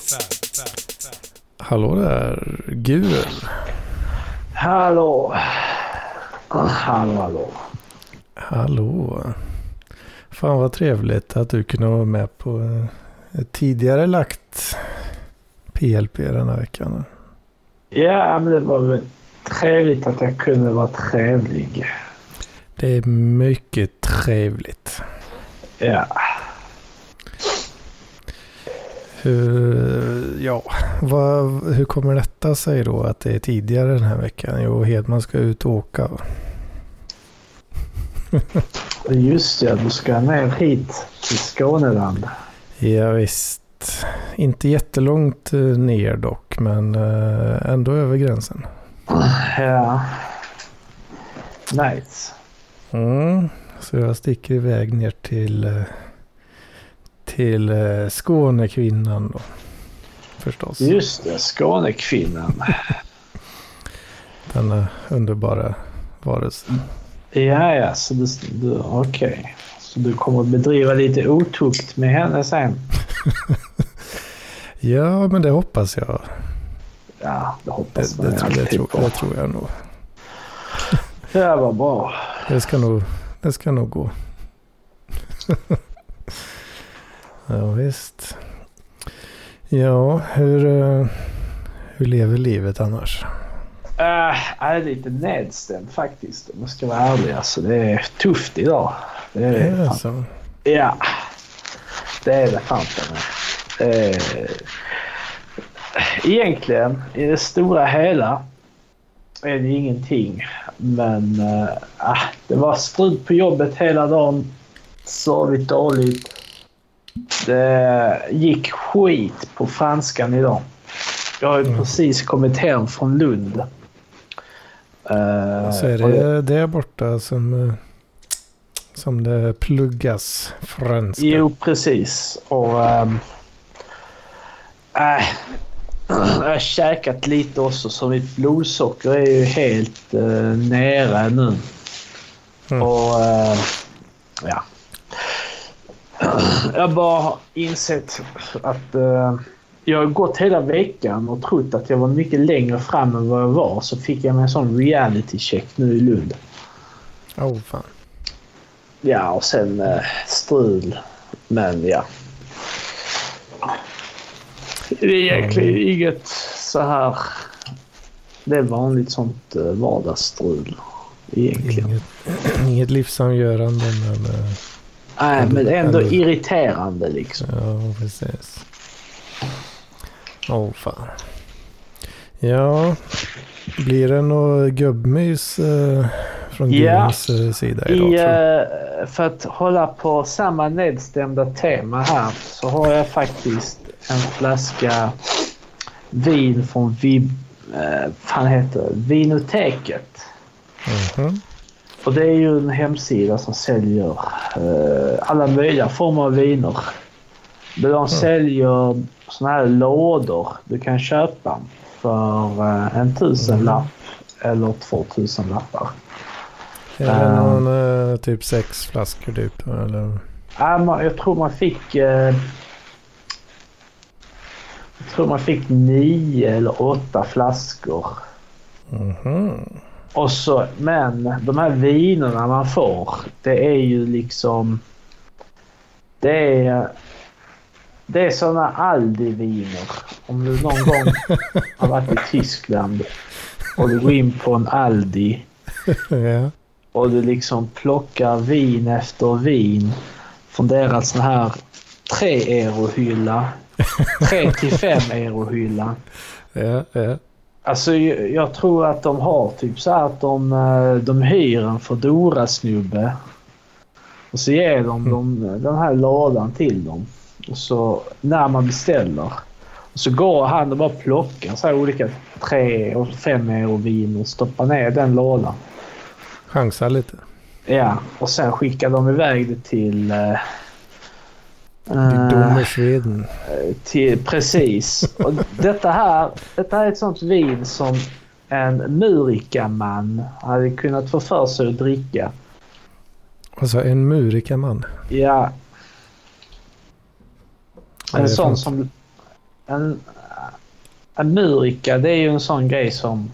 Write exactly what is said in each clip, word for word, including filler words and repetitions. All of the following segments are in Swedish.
Hallå där, Gul. Hallå. Hallå, hallå. Hallå. Fan vad trevligt att du kunde vara med på ett tidigare lagt P L P den här veckan. Ja, men det var väl trevligt att jag kunde vara trevlig. Det är mycket trevligt. Ja. Hur, ja, vad, hur kommer detta sig då att det är tidigare den här veckan? Jo, Hedman ska ut och åka. Just det, du ska ner hit till Skåneland. Ja, visst. Inte jättelångt ner dock, men ändå över gränsen. Ja. Nice. Mm, så jag sticker iväg ner till till Skånekvinnan då, förstås. Just det, Skånekvinnan. Denna underbara varelse. Ja, ja, så du, du okej. Okay. Så du kommer att bedriva lite otukt med henne sen? Ja, men det hoppas jag. Ja, det hoppas det, man det, det, det, tror, det tror jag nog. Det var bra. Det ska nog, det ska nog gå. Ja, visst. Ja, hur, hur lever livet annars? Uh, jag är lite nedstämd faktiskt, om jag ska vara ärlig. Alltså, det är tufft idag. Det är, är det så? Ja, det är det fan för mig. Uh, egentligen, i det stora hela är det ingenting. Men uh, det var strul på jobbet hela dagen. Sovit dåligt. Det gick skit på franskan idag. Jag har ju mm. precis kommit hem från Lund. Uh, så är det det borta som, som det pluggas franska? Jo, precis. Och um, äh, jag har käkat lite också, så mitt blodsocker är ju helt uh, nere nu. Mm. Och uh, ja. Jag har bara insett att uh, jag har gått hela veckan och trott att jag var mycket längre fram än vad jag var. Så fick jag med en sån reality check nu i Lund. Åh, oh, fan. Ja, och sen uh, strul. Men ja. Det är egentligen mm. inget så här. Det är vanligt sånt uh, vardagsstrul. Egentligen. Inget, inget livsavgörande, men... Uh... Nej, men ändå ändå irriterande liksom. Ja, precis. Åh, oh, fan. Ja, blir det något gubbmys eh, från Gullens ja, eh, sida idag? I, eh, för att hålla på samma nedstämda tema här så har jag faktiskt en flaska vin från Vib, eh, fan heter det? Vinoteket. Mhm. Och det är ju en hemsida som säljer eh, alla möjliga former av viner. De mm. säljer såna här lådor du kan köpa för eh, en tusenlapp mm. eller två tusen lappar. Är det uh, någon eh, typ sex flaskor typ? Eller? Ja, jag tror man fick eh, jag tror man fick nio eller åtta flaskor. Mhm. Och så, men de här vinerna man får, det är ju liksom det är det är såna Aldi-viner. Om du någon gång har varit i Tyskland och du går in på en Aldi ja. och du liksom plockar vin efter vin från deras sån här tre euro hylla, tre till fem euro hylla. Ja, ja. Alltså jag tror att de har typ så att de, de hyr en Fodora-snubbe och så ger de mm. dem den här lådan till dem. Och så när man beställer och så går han och bara plockar så här olika tre och fem euro vin och stoppar ner den lådan. Chansa lite. Ja, och sen skickar de iväg det till... Uh, Dommersveden. Till, precis. Och detta här, detta här är ett sånt vin som en murikaman hade kunnat få för sig att dricka. Alltså en murikaman? Ja. En sån som... en, en murika, det är ju en sån grej som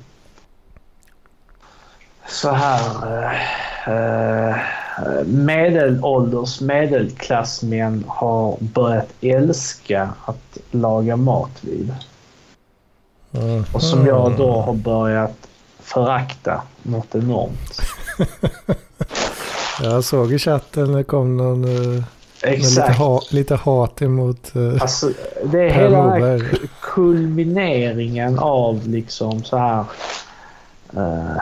så här eh, medelålders medelklassmän har börjat älska att laga mat vid. Mm. Och som jag då har börjat förakta något enormt. Jag såg i chatten det kom någon uh, lite, ha, lite hat emot uh, alltså, det är hela den här kulmineringen av liksom så här uh,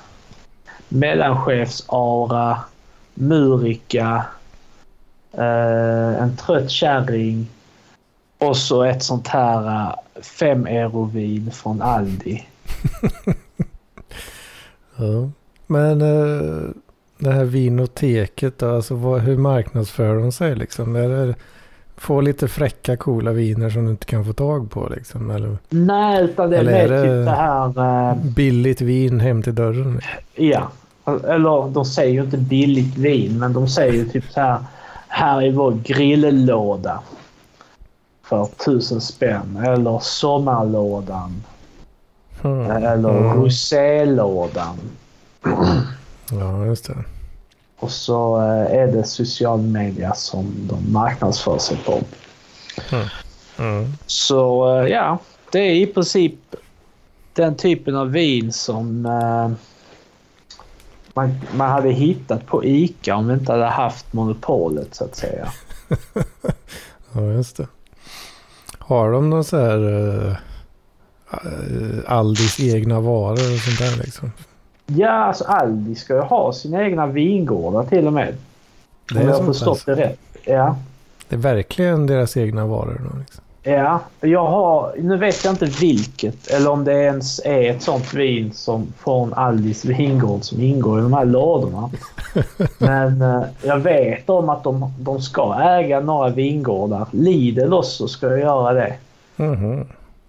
mellanchefsara, murika, uh, en trött kärring och så ett sånt här uh, fem eurovin från Aldi. Ja, men uh, det här vinoteket då, alltså vad, hur marknadsför de sig liksom? Är det, få lite fräcka coola viner som du inte kan få tag på liksom? Eller, nej, utan det är mer det typ det här uh, billigt vin hem till dörren. Ja, eller de säger ju inte billigt vin, men de säger ju typ så här: här är vår grilllåda för tusen spänn, eller sommarlådan mm. eller mm. rosélådan. Ja, just det. Och så är det social media som de marknadsför sig på. Mm. Mm. Så ja, det är i princip den typen av vin som uh, man, man hade hittat på ICA om vi inte hade haft monopolet så att säga. Ja, just det. Har de någon så här uh, Aldis egna varor och sånt där liksom? Ja, alltså Aldi ska ju ha sina egna vingårdar till och med. Det om jag har förstått det rätt. Ja. Det är verkligen deras egna varor då liksom. Ja, jag har, nu vet jag inte vilket, eller om det ens är ett sånt vin som från Aldis vingård som ingår i de här lådorna. Men eh, jag vet om att de, de ska äga några vingårdar. Lidl också ska jag göra det. Mhm.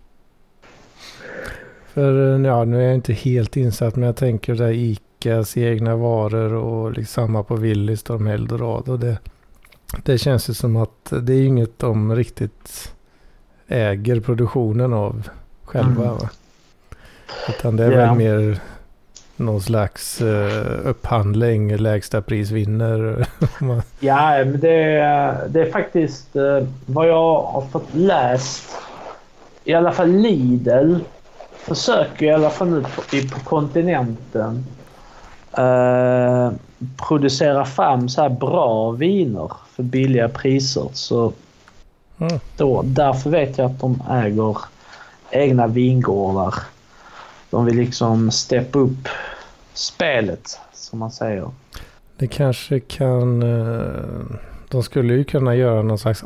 För ja, nu är jag inte helt insatt, men jag tänker där ICAs egna varor och liksom samma på Willys och Eldorado. Det, det känns ju som att det är inget de riktigt äger produktionen av själva. Mm. Va? Utan det är yeah. väl mer någon slags uh, upphandling, lägsta pris vinner. Ja, men det, det är faktiskt uh, vad jag har fått läst. I alla fall Lidl försöker i alla fall nu på, på kontinenten uh, producera fram så här bra viner för billiga priser. Så mm. då, därför vet jag att de äger egna vingårdar. De vill liksom steppa upp spelet, som man säger. Det kanske kan... De skulle ju kunna göra någon slags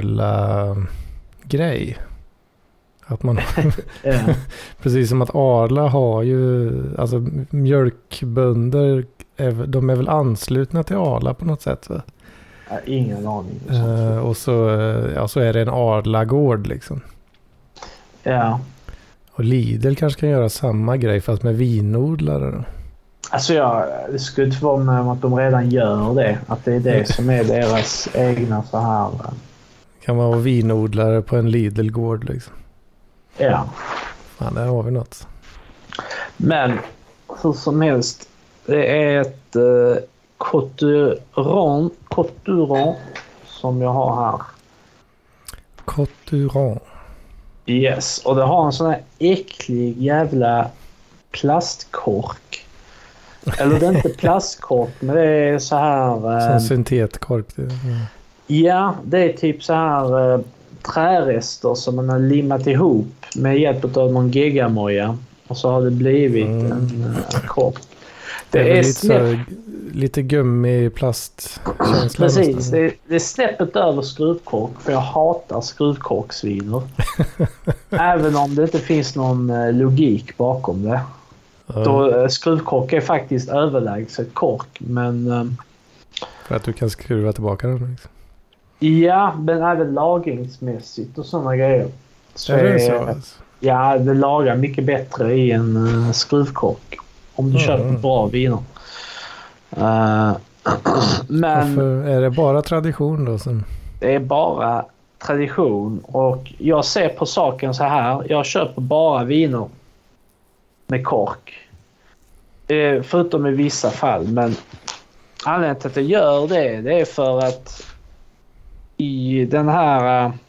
Arla-grej. Att man... Precis som att Arla har ju... Alltså mjölkbönder, de är väl anslutna till Arla på något sätt, va? Ingen aning. Uh, och så, ja, så är det en Arla-gård liksom. Ja. Och Lidl kanske kan göra samma grej fast med vinodlare då. Alltså ja, det skulle inte vara med att de redan gör det. Att det är det som är deras egna så här. Kan man vara vinodlare på en Lidl-gård liksom. Ja. Fan, där har vi något. Men hur som helst, det är ett uh, Coturon, Coturon som jag har här. Coturon. Yes, och det har en sån här äcklig jävla plastkork. Eller det är inte plastkork, men det är så här... Som eh, syntetkork. Mm. Ja, det är typ så här eh, trärester som man har limmat ihop med hjälp av någon gigamoja. Och så har det blivit mm. en eh, kork. Det, det är, är lite, så, lite gummi-plast. Precis, det är, det är snäppet över skruvkork. För jag hatar skruvkorksviner. Även om det inte finns någon logik bakom det. Ja. Då, skruvkork är faktiskt överlägset kork. Men, för att du kan skruva tillbaka den liksom. Ja, men även lagringsmässigt och sådana grejer. Så är det så? Alltså? Ja, det lagar mycket bättre i en uh, skruvkork. Om du mm. köper bra viner. Uh, men varför är det bara tradition då? Som... Det är bara tradition och jag ser på saken så här. Jag köper bara viner med kork. Eh, förutom i vissa fall. Men anledningen till att jag gör det, det är för att i den här uh,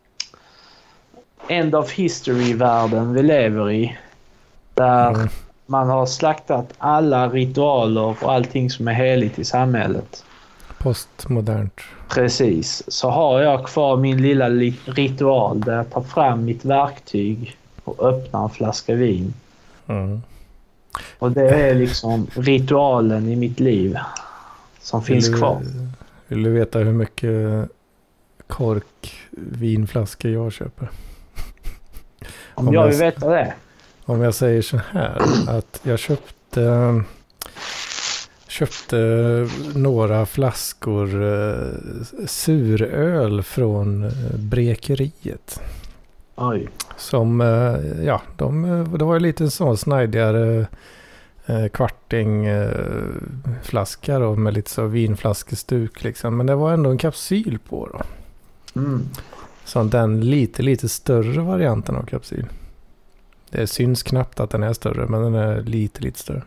end of history-världen vi lever i, där mm. man har slaktat alla ritualer och allting som är heligt i samhället. Postmodernt. Precis. Så har jag kvar min lilla li- ritual där jag tar fram mitt verktyg och öppnar en flaska vin. Mm. Och det är liksom ritualen i mitt liv som vill finns du, kvar. Vill du veta hur mycket kork vinflaskor jag köper? Om, om jag vill veta det. Om jag säger så här att jag köpte köpte några flaskor uh, suröl från uh, brekeriet. Oj. Som, uh, ja, de, det var ju lite sån snajdigare uh, kvarting uh, flaska då, med lite så vinflaskestuk liksom. Men det var ändå en kapsyl på då. Mm. Så den lite, lite större varianten av kapsyl. Det syns knappt att den är större, men den är lite, lite större.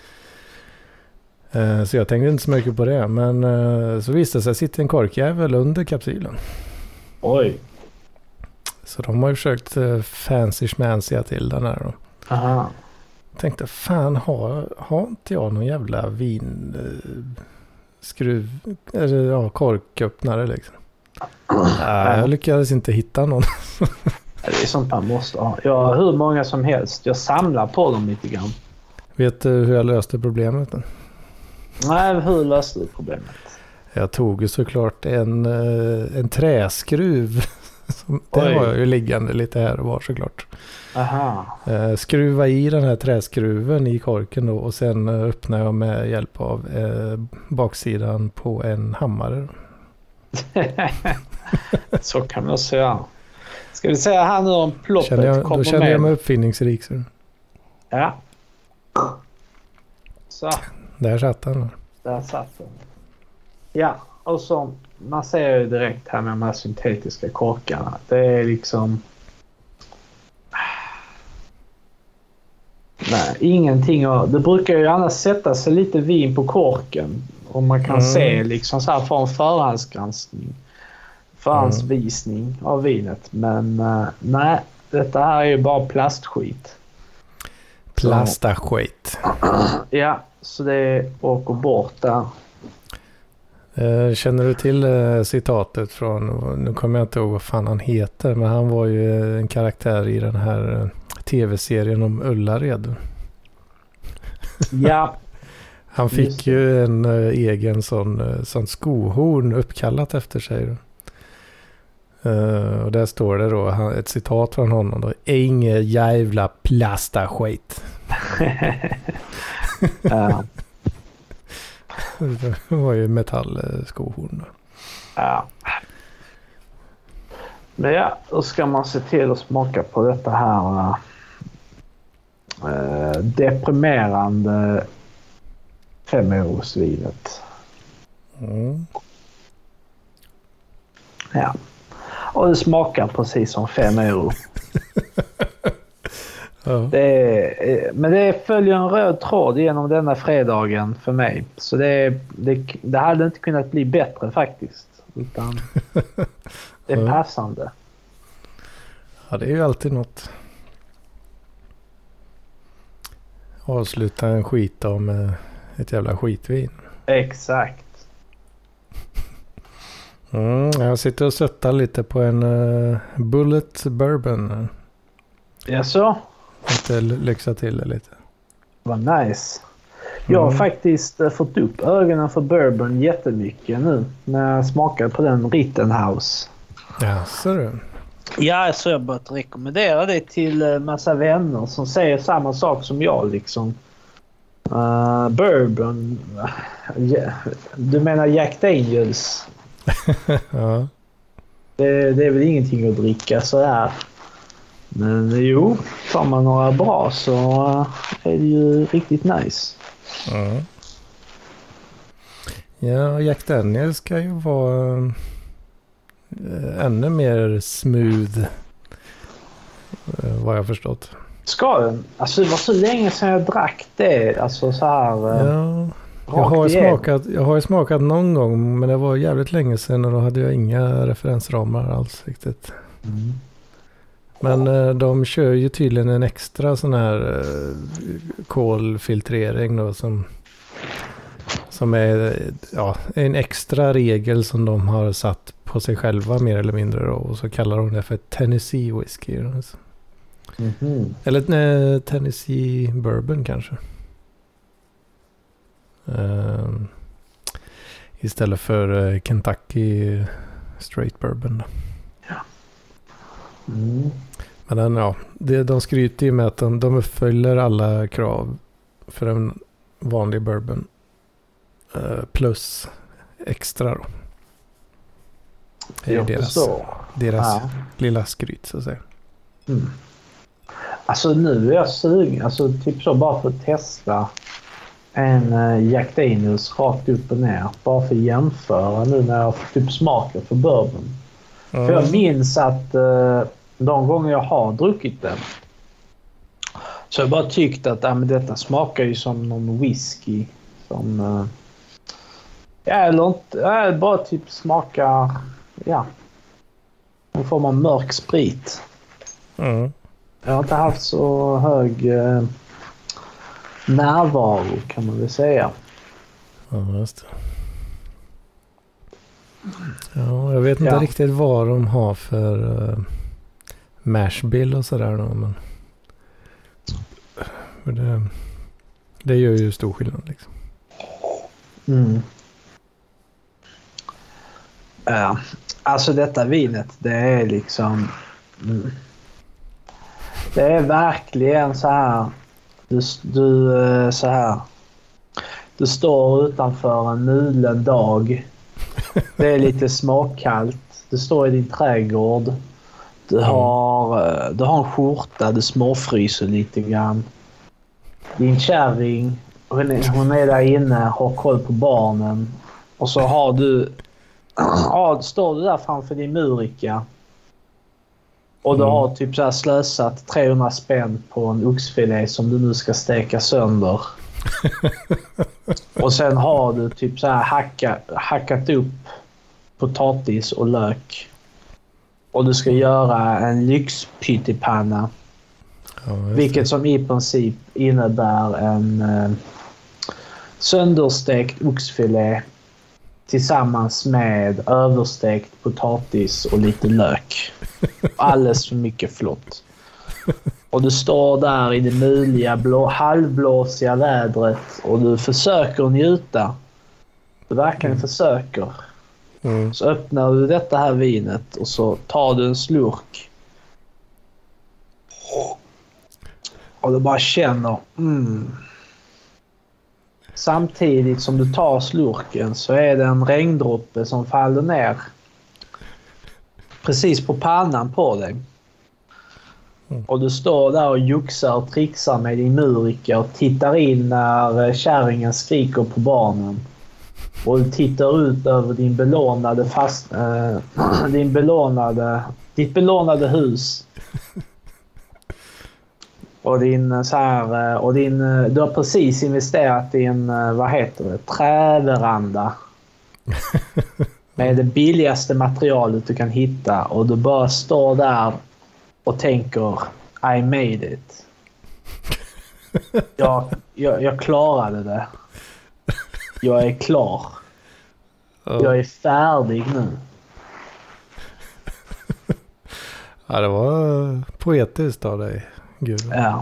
Uh, så jag tänkte inte så mycket på det. Men uh, så visste det sig att sitta en korkjävel under kapsylen. Oj. Så de har ju försökt uh, fancy schmansiga till den här då. Aha. Jag tänkte, fan har, har inte jag någon jävla vin uh, skruv, eller ja, korköppnare liksom. uh, jag lyckades inte hitta någon. Det är sånt man måste ha. Jag har hur många som helst. Jag samlar på dem lite grann. Vet du hur jag löste problemet då? Nej, hur löste du problemet? Jag tog ju såklart en, en träskruv. Det var jag ju liggande lite här och var såklart. Aha. Skruva i den här träskruven i korken då, och sen öppnar jag med hjälp av eh, baksidan på en hammare. Så kan man säga. Ska vi säga här nu om ploppet känner jag, kommer då känner med. jag mig uppfinningsrik. Så. Ja. Så. Där satt den. Där satt den. Ja, och så man ser ju direkt här med de här syntetiska korkarna. Det är liksom... Nej, ingenting. Det brukar ju annars sätta sig lite vin på korken. Och man kan mm. se liksom så här från förhandsgranskning. Förhandsvisning mm. av vinet. Men uh, nej, detta här är ju bara plastskit. Plastaskit. Ja, så det åker bort där. Känner du till uh, citatet från, nu kommer jag inte ihåg vad fan han heter, men han var ju en karaktär i den här uh, tv-serien om Ullared. Ja. Han fick ju en uh, egen sån, uh, sån skohorn uppkallat efter sig. Uh, och där står det då han, ett citat från honom då: inge jävla plastaskit. Ja. Det var ju metallskohorn. Ja. Men ja, då ska man se till att smaka på detta här äh, deprimerande femårsvinet. Mm. Ja. Och det smakar precis som fem euro. Ja. Det är, men det följer en röd tråd genom denna fredagen för mig. Så det, det, det hade inte kunnat bli bättre faktiskt. Utan det är passande. Ja, det är ju alltid något. Avsluta en skit om ett jävla skitvin. Exakt. Mm, jag sitter och söttar lite på en uh, Bullet Bourbon. Ja, så. Inte lyxa till det lite. Vad nice. Jag har mm. faktiskt uh, fått upp ögonen för bourbon jättemycket nu när jag smakade på den Rittenhouse. Ja, så du. Ja, så jag börjat rekommendera det till uh, massa vänner som säger samma sak som jag liksom. Uh, bourbon. Uh, yeah. Du menar Jack Daniels? Ja. Det, det är väl ingenting att dricka så här. Men jo, tar man några bra så är det ju riktigt nice. Mm. Ja, Jack Daniels ska ju vara eh, ännu mer smooth. Eh, vad jag förstått. Ska den? Alltså det var så länge sedan jag drack det. Alltså så här... Eh, Ja, jag har, smakat, jag har ju smakat någon gång, men det var jävligt länge sedan och då hade jag inga referensramar alls riktigt. Mm. Men eh, de kör ju tydligen en extra sån här eh, kolfiltrering då som, som är ja, en extra regel som de har satt på sig själva mer eller mindre då, och så kallar de det för Tennessee whisky. Alltså. Mm-hmm. Eller nej, Tennessee bourbon kanske. Um, istället för uh, Kentucky straight bourbon. Ja. Mm. Men den, ja, det, de skryter ju med att de, de uppfyller alla krav för en vanlig bourbon. Uh, plus extra då. Det är deras, deras ja. lilla skryt så att säga. Mm. Alltså nu är jag sugen. Alltså typ så bara för att testa en uh, Jack Daniels rakt upp och ner. Bara för att jämföra nu när jag typ smakar för bourbon. Mm. För jag minns att uh, de gånger jag har druckit den så jag bara tyckt att äh, men detta smakar ju som någon whisky. Som... Uh, ja, eller inte. Ja, bara typ smakar... Ja. En form av mörk sprit. Mm. Jag har inte haft så hög eh, närvaro kan man väl säga. Ja, just det. Ja, jag vet inte ja. riktigt vad de har för uh, mash bill och sådär då, men det, det gör ju stor skillnad liksom. Mm. Ja, alltså detta vinet, det är liksom... Mm. Det är verkligen så här. Du, du, så här. Du står utanför en mulen dag. Det är lite småkallt. Du står i din trädgård. Du har, du har en skjorta. Du småfryser lite grann. Din kärring, hon är, hon är där inne, har koll på barnen. Och så har du... Ja, står du där framför din murika. Och du mm. har typ så här slösat trehundra spänn på en oxfilé som du nu ska steka sönder. Och sen har du typ så här hacka, hackat upp potatis och lök. Och du ska göra en lyxpyttipanna. Ja, vilket som i princip innebär en eh, sönderstekt oxfilé tillsammans med överstekt potatis och lite lök. Alldeles för mycket flott. Och du står där i det muliga blå, halvblåsiga vädret och du försöker njuta. Du verkligen mm. försöker. Mm. Så öppnar du detta här vinet och så tar du en slurk. Och du bara känner... Mm. Samtidigt som du tar slurken så är det en regndroppe som faller ner precis på pannan på dig. Mm. Och du står där och juxar och trixar med din murika och tittar in när kärringen skriker på barnen. Och du tittar ut över din belånade fast, äh, din belånade, ditt belånade hus. Och din så här, och din, du har precis investerat i en, vad heter det, träveranda. Med det billigaste materialet du kan hitta. Och du bara står där och tänker, I made it. Jag, jag, jag klarade det. Jag är klar. Oh. Jag är färdig nu. Ja, det var poetiskt av dig. Gud. Ja.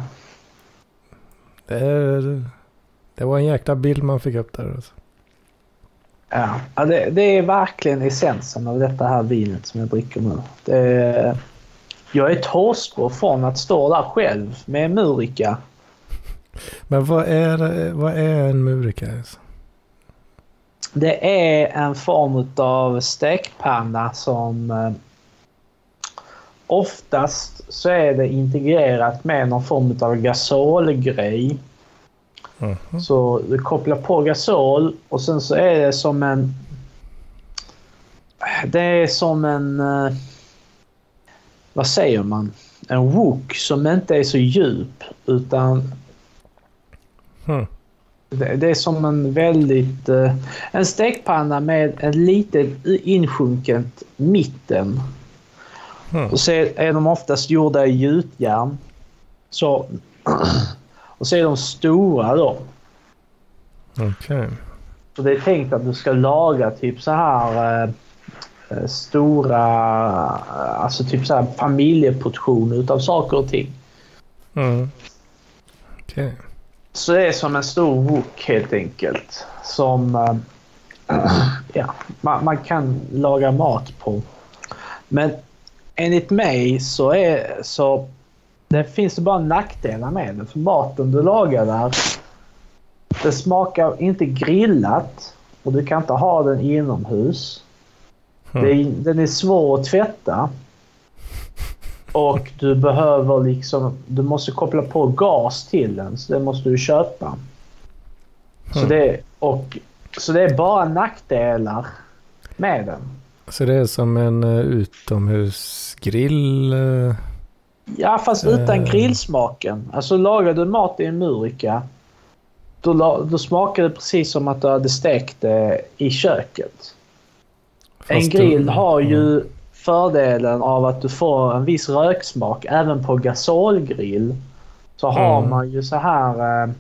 Det, det var en jäkla bild man fick upp där. Alltså. Ja, ja det, det är verkligen essensen av detta här vinet som jag dricker nu. Det, jag är tårspår från att stå där själv med en murika. Men vad är, vad är en murika? Alltså? Det är en form av stekpanna som... Eh, oftast så är det integrerat med någon form av gasolgrej. Mm-hmm. Så du kopplar på gasol och sen så är det som en... det är som en... Uh, vad säger man? En wok som inte är så djup, utan... Hmm. Det, det är som en väldigt... Uh, en stekpanna med en liten insjunket mitten. Hmm. Och så är de oftast gjorda i gjutjärn. Så... och så är de stora då. Okej. Okay. Så det är tänkt att du ska laga typ så här eh, stora, alltså typ så här familjeportioner utav saker och ting. Mm. Okej. Okay. Så det är som en stor wok helt enkelt. Som eh, ja, man, man kan laga mat på. Men enligt mig så är så det finns det bara nackdelar med det. För maten du lagar där, det smakar inte grillat och du kan inte ha den inomhus. Mm. Det är, den är svår att tvätta. Och du behöver liksom, du måste koppla på gas till den, så det måste du köpa. Mm. Så, det, och, så det är bara nackdelar med den. Så det är som en uh, utomhusgrill? Uh, ja, fast utan uh, grillsmaken. Alltså lagar du mat i en murika, Då, då smakar det precis som att du hade stekt det i köket. Fast en grill du, har ju mm. fördelen av att du får en viss röksmak. Även på gasolgrill så har mm. man ju så här eh,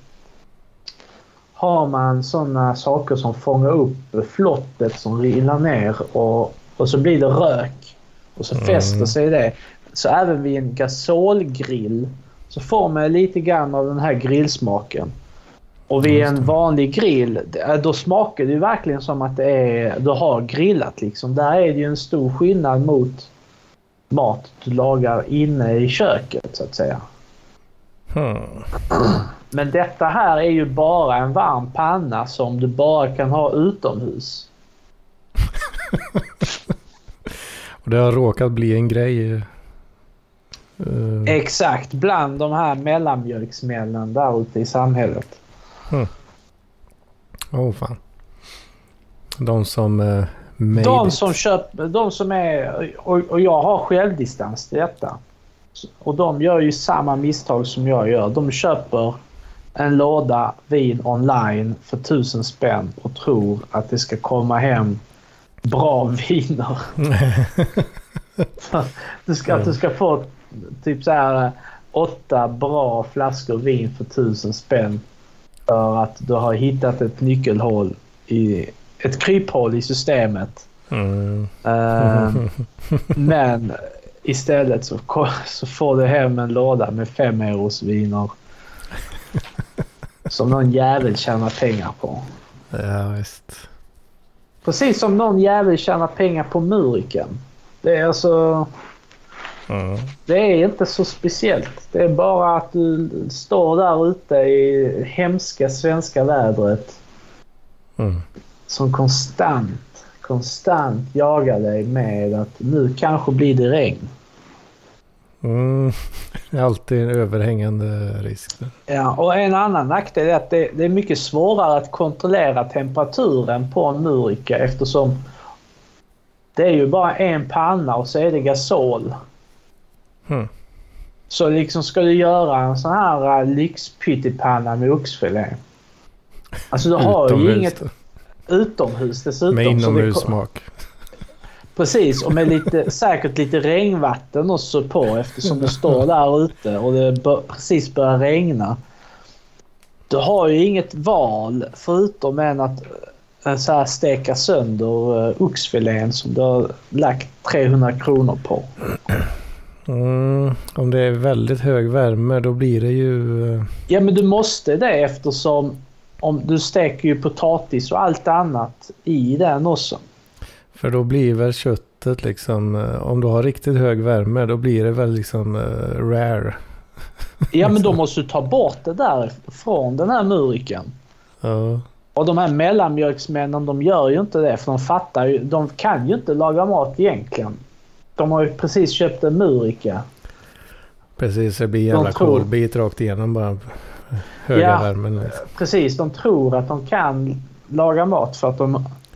har man såna saker som fångar upp flottet som rillar ner och, och så blir det rök och så fäster mm. sig det. Så även vid en gasolgrill så får man lite grann av den här grillsmaken. Och vid en vanlig grill, då smakar det ju verkligen som att det är, du har grillat liksom. Där är det ju en stor skillnad mot mat du lagar inne i köket så att säga. Hmm. Men detta här är ju bara en varm panna som du bara kan ha utomhus. Och det har råkat bli en grej. Uh... Exakt, bland de här mellanmjölksmännen där ute i samhället. Hmm. Oh fan. De som uh, de som köper, de som är och, och jag har självdistans till detta. Och de gör ju samma misstag som jag gör. De köper en låda vin online för tusen spänn och tror att det ska komma hem bra viner. du ska att du ska få typ så här åtta bra flaskor vin för tusen spänn. För att du har hittat ett nyckelhål i ett kryphål i systemet. Mm. Uh, men istället så, så får du hem en låda med fem euros viner som någon jävel tjänar pengar på. Ja, visst. Precis som någon jävel tjänar pengar på muriken. Det är alltså... Mm. Det är inte så speciellt. Det är bara att du står där ute i hemska svenska vädret mm. som konstant konstant jagar dig med att nu kanske blir det regn. Mm. Det är alltid en överhängande risk. Ja, och en annan nackdel är att det, det är mycket svårare att kontrollera temperaturen på en murika eftersom det är ju bara en panna och så är det gasol. Hmm. Så liksom ska du göra en sån här lyxpyttipanna med oxfilé. Alltså du har ju inget utomhus dessutom. Med inomhussmak. Precis, och med lite, säkert lite regnvatten också på eftersom du står där ute och det bör, precis börjar regna. Du har ju inget val förutom än att så här steka sönder uh, oxfilén som du har lagt trehundra kronor på. Mm, om det är väldigt hög värme då blir det ju... Ja, men du måste det eftersom om du steker ju potatis och allt annat i den också. För då blir väl köttet liksom, om du har riktigt hög värme då blir det väl liksom uh, rare. Ja, men då måste du ta bort det där från den här muriken. Ja. Och de här mellanmjölksmännen, de gör ju inte det för de fattar ju, de kan ju inte laga mat egentligen. De har ju precis köpt en murika. Precis, det blir en jävla tror... kolbit rakt igenom bara höga ja, värmen. Precis, de tror att de kan laga mat för att de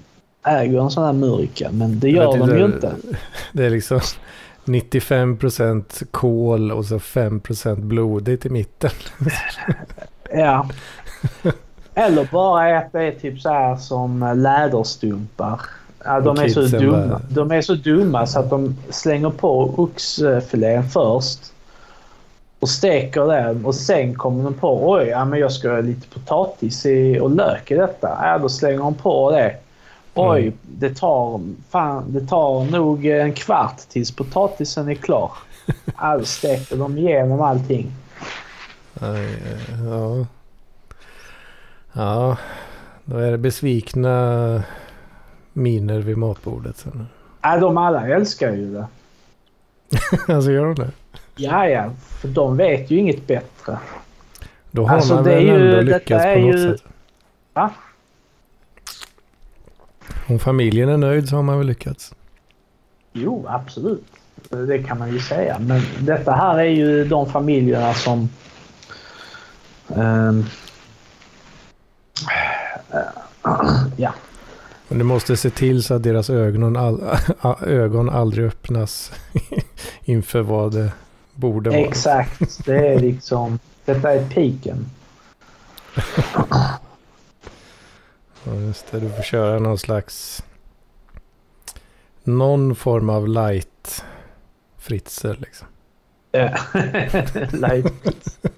äger en sån här murka, men det gör de det, ju inte. Det är liksom nittiofem procent kol och så fem procent blodigt i mitten. Ja. Eller bara att det är typ så här som läderstumpar. Ja, de är så dumma. Bara... De är så dumma så att de slänger på oxfilén först och steker den och sen kommer de på oj, ja, men jag ska ha lite potatis i, och lök i detta. Ja, då slänger de på det. Oj, mm. det tar fan, det tar nog en kvart tills potatisen är klar. Ja, då steker de igenom allting. Aj, ja. Ja, då är det besvikna miner vid matbordet sen. Ja, de alla älskar ju det. Alltså gör de det? Ja, ja, för de vet ju inget bättre. Då har alltså, man väl ändå ju, lyckats på något ju... sätt. Va? Om familjen är nöjd så har man väl lyckats. Jo, absolut. Det kan man ju säga. Men detta här är ju de familjerna som... Um, uh, ja. Men du måste se till så att deras ögon, all, ögon aldrig öppnas inför vad det borde vara. Exakt. Det är liksom... Detta är piken. Ja, just det. Du får köra någon slags... Någon form av light fritzer liksom. Light fritzer.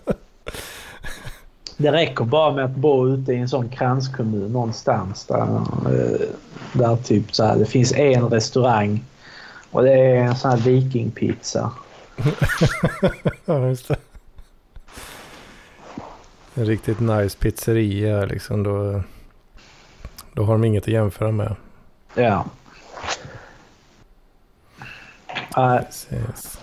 Det räcker bara med att bo ute i en sån kranskommun någonstans där, där typ så här, det finns en restaurang och det är en sån här vikingpizza. Ja, just det. En riktigt nice pizzeria liksom, då, då har de inget att jämföra med. Ja. Uh, Precis.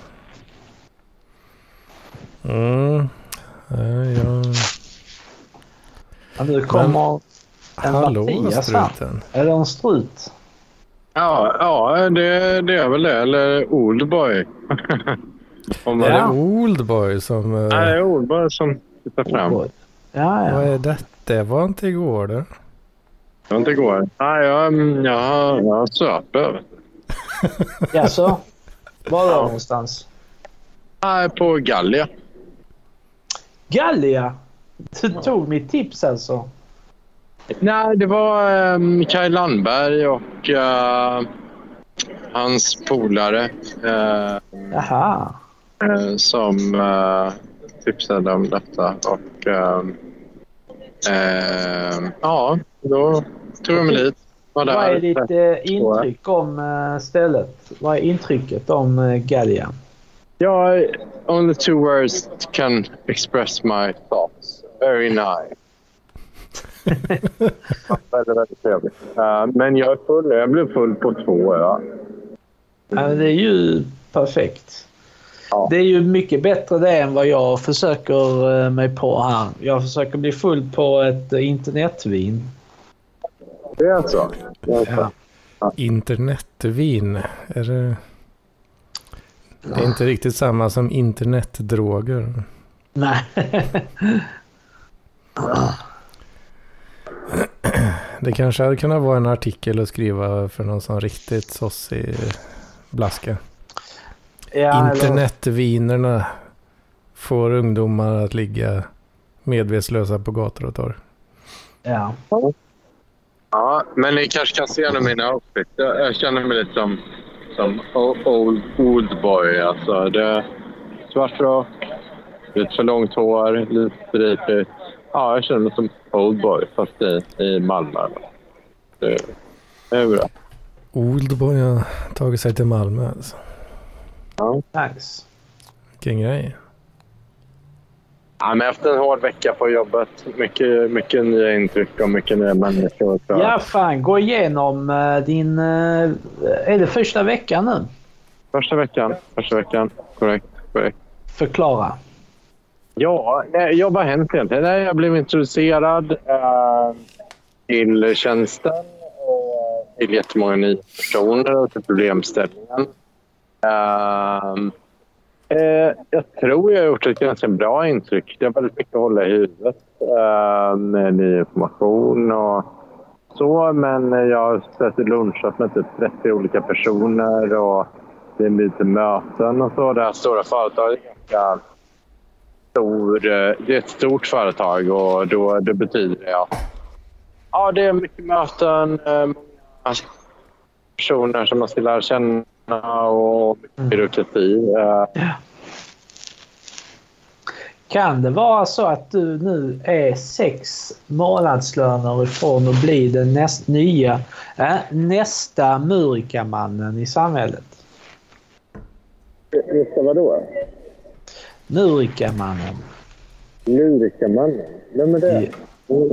Mm. Ja, ja. Ja, nu kommer en hallå, Mattias här. Är det en strut? Ja, ja det, det är väl det. Eller Oldboy. Om är det ja. Oldboy som... Uh... Nej, det är Oldboy som tittar fram. Ja, ja. Vad är detta? Det var inte igår det. Det var inte igår. Nej, jag, jag, jag söper. Ja, så. Var är det någonstans? Nej, på Gallia. Gallia? Du tog mitt tips alltså. Nej, det var um, Kaj Landberg och uh, hans polare uh, Jaha. Uh, som uh, tipsade om detta. Och uh, uh, ja, då tog jag mig dit. Vad är ditt uh, intryck om uh, stället? Vad är intrycket om uh, Gallia? Ja, only two words can express my thoughts. Very nice. väldigt, väldigt trevligt. Uh, men jag är full. Jag blev full på två, ja. Ja, det är ju perfekt. Ja. Det är ju mycket bättre det än vad jag försöker mig på här. Jag försöker bli full på ett internetvin. Det är så? Det är så. Ja. Ja. Internetvin? Är det... Det är inte riktigt samma som internetdroger. Nej. Det kanske hade kunnat vara en artikel att skriva för någon sån riktigt sossig blaska. Ja, internetvinerna eller... får ungdomar att ligga medvetslösa på gator och torg. Ja. Ja, men ni kanske kan se nu mina outfit. Jag, jag känner mig lite som, som old, old boy. Alltså, det är svart rock, lite för långt hår, lite stripigt. Ja, jag känner mig som old boy fast i, i Malmö. Det, det är bra. Old boy har tagit sig till Malmö alltså. Ja. Nice. Vilken grej. Ja, men efter en hård vecka på jobbet. Mycket, mycket nya intryck och mycket nya människor. Ja, fan. Gå igenom uh, din... Uh, är det första veckan nu? Första veckan. Första veckan. Korrekt. Korrekt. Förklara. Ja, jag var hänt egentligen. Jag blev introducerad uh, till tjänsten och till jättemånga nya personer och till problemställningen. Uh, Eh, jag tror jag har gjort ett ganska bra intryck. Det är väldigt mycket att hålla i huvudet eh, med ny information och så, men jag har sett lunchat med typ trettio olika personer och det är lite möten och så. Det här stora företaget är ganska stor, det är ett stort företag och då, det betyder det att ja, det är mycket möten, många personer som man ska lära känna och mycket byråkrati. Ja. Kan det vara så att du nu är sex månadslöner ifrån att bli den näst, nya, äh, nästa Murikamannen i samhället? Nästa vadå? Murikamannen. Murikamannen? Vem är det? Ja.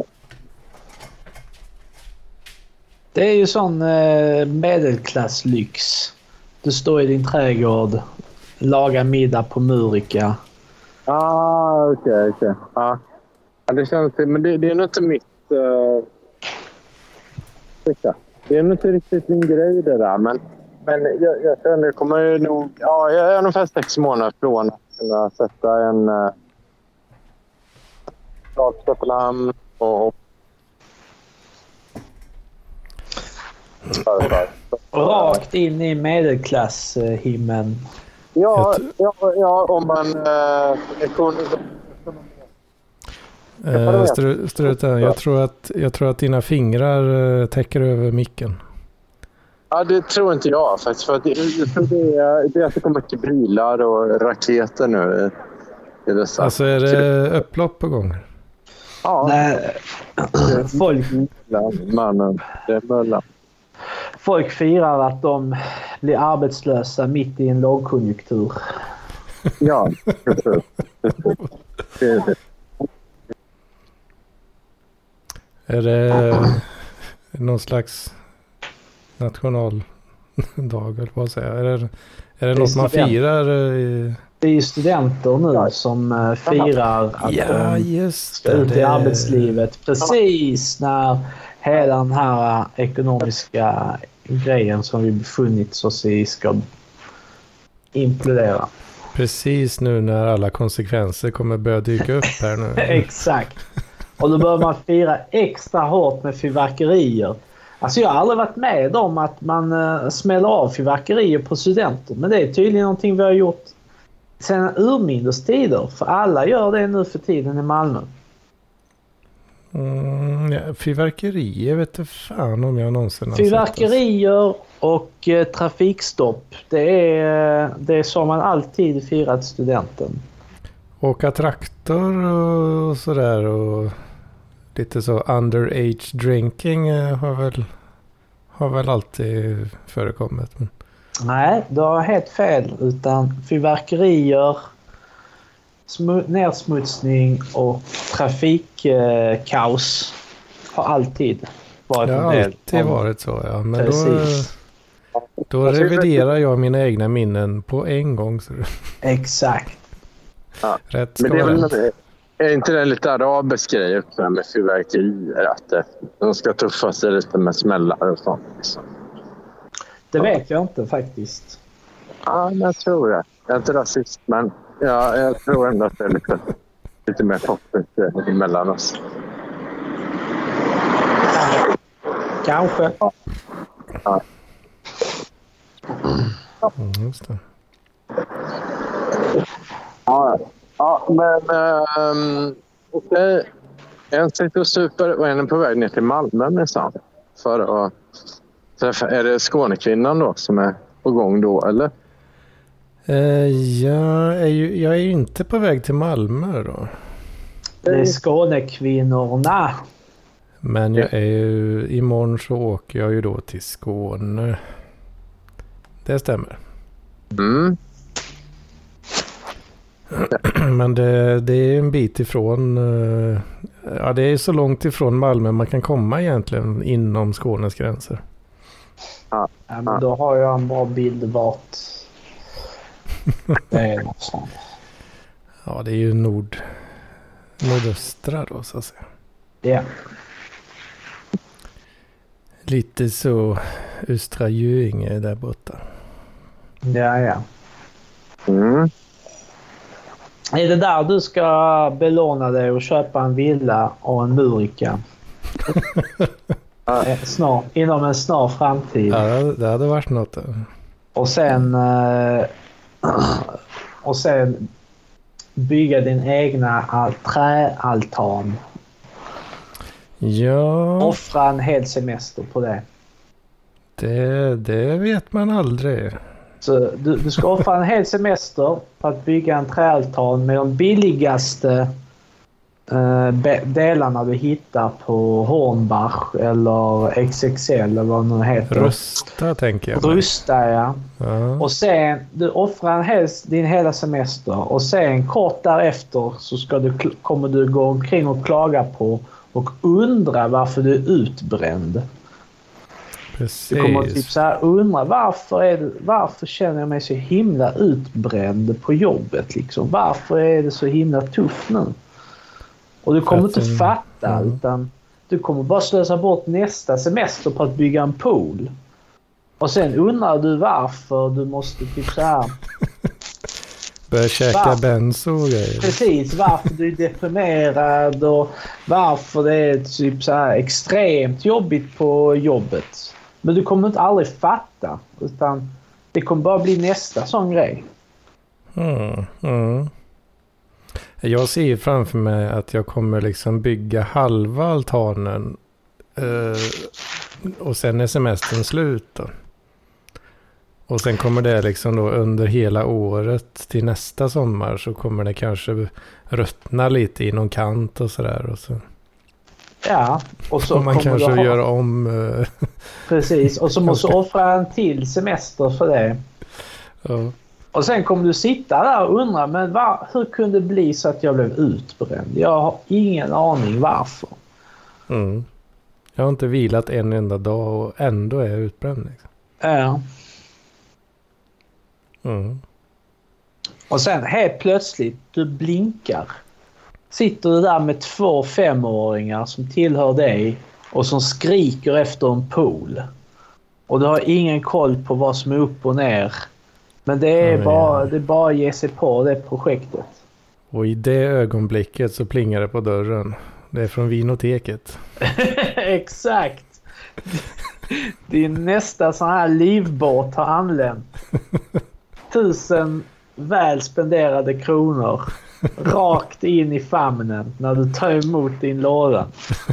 Det är ju sån eh, medelklasslyx. Du står i din trädgård, lagar middag på Murika. Ah, okej, okay, okej. Okay. Ah. Ja, det känns, men det, det är nog inte mitt... Uh... Det är nog inte riktigt min grej det där, men, men jag, jag känner, jag kommer ju nog... Ja, jag är ungefär sex månader från att kunna sätta en... Uh... Startköpenhamn och... Rakt in i medelklasshimmen. Ja, ja, ja, om man... Uh, Uh, stru, struten, jag tror att jag tror att dina fingrar uh, täcker över micken. Ja, det tror inte jag faktiskt. För att det, jag tror det, är, det är att det kommer till bilar och raketer nu. I dessa. Alltså är det upplopp på gång? Ja. Nej, folk... Mannen, det är mölla. Folk firar att de blir arbetslösa mitt i en lågkonjunktur. Ja, precis. Det är det. Är det någon slags nationaldag eller vad säger jag? Är det, är det, det något man firar? I... Det är ju studenter nu som firar att ja, de just ska det. ut i arbetslivet precis när hela den här ekonomiska grejen som vi befunnit oss i ska implodera. Precis nu när alla konsekvenser kommer börja dyka upp här nu. Exakt. Och då bör man fira extra hårt med fyrverkerier. Alltså jag har aldrig varit med om att man uh, smäller av fyrverkerier på studenter. Men det är tydligen någonting vi har gjort sedan urminnes tider. För alla gör det nu för tiden i Malmö. Mm, ja, fyrverkerier vet du fan om jag någonsin har fyrverkerier och uh, trafikstopp. Det är, det är som man alltid firat studenten. Åka traktor och sådär och lite så underage drinking har väl, har väl alltid förekommit. Men... Nej, du har helt fel. Utan fyrverkerier, smu- nedsmutsning och trafikkaos har alltid varit en del. Det har alltid om... varit så, ja. Men Precis. då, då reviderar jag mina egna minnen på en gång. Så... Exakt. Ja. Rätt men det är, väl, är inte det lite arabisk grej också med fyrverkerier att eh, de ska tuffa sig lite med smällar och sånt liksom. Det vet jag inte faktiskt. Ja, men jag tror det. Jag är inte rasist, men ja, jag tror ändå att det är lite, lite mer poppigt emellan oss. Kanske. Ja. Ja. Mm, just det. Ja, ja, men um, okej. En sitter och super och en är på väg ner till Malmö nästan. För att träffa, är det Skånekvinnan då som är på gång då, eller? Uh, jag, är ju, jag är ju inte på väg till Malmö då. Det är Skånekvinnorna. Men jag är ju, imorgon så åker jag ju då till Skåne. Det stämmer. Mm. Men det, det är en bit ifrån, ja det är så långt ifrån Malmö man kan komma egentligen inom Skånes gränser. Ja, men då har jag en bra bild vart det är någonstans. Ja, det är ju nord, nordöstra då så att säga. Ja. Lite så Östra Göinge där borta. Ja, ja. Mm. Är det där du ska belåna dig och köpa en villa och en Murika? eh, snart, inom en snar framtid. Ja, det hade varit något. Och sen eh, och sen bygga din egna all, träaltan. Ja. Offra en hel semester på det. Det, det vet man aldrig. Så du, du ska offra en hel semester för att bygga en träaltan med de billigaste eh, be, delarna du hittar på Hornbach eller X X L eller vad det nu heter. Rusta tänker jag. Rusta, ja. ja. Och sen, du offrar en hel, din hela semester och sen kort därefter så ska du, kommer du gå omkring och klaga på och undra varför du är utbränd. Precis. Du kommer typ så här undra varför, är det, varför känner jag mig så himla utbränd på jobbet liksom? Varför är det så himla tufft nu? Och du kommer inte en, fatta ja. utan du kommer bara slösa bort nästa semester på att bygga en pool. Och sen undrar du varför du måste typ så här börja käka varför, benzo och grejer. Precis, varför du är deprimerad och varför det är typ så här extremt jobbigt på jobbet. Men du kommer inte aldrig fatta utan det kommer bara bli nästa sån grej. Mm, mm. Jag ser ju framför mig att jag kommer liksom bygga halva altanen eh, och sen är semestern slut då. Och sen kommer det liksom då under hela året till nästa sommar så kommer det kanske ruttna lite i någon kant och sådär. Och så. Ja, och så och man kanske ha... gör om... Uh... Precis, och så måste du offra en till semester för det. Ja. Och sen kommer du sitta där och undra, men var, hur kunde det bli så att jag blev utbränd? Jag har ingen aning varför. Mm. Jag har inte vilat en enda dag och ändå är jag utbränd. Liksom. Ja. Mm. Och sen helt plötsligt, du blinkar. Sitter du där med två femåringar som tillhör dig och som skriker efter en pool. Och du har ingen koll på vad som är upp och ner. Men det är, ja, bara, ja. det är bara att ge sig på det projektet. Och i det ögonblicket så plingar det på dörren. Det är från vinoteket. Exakt. Din nästa sån här livbåt har anlänt. Tusen väl spenderade kronor rakt in i famnen när du tar emot din låda.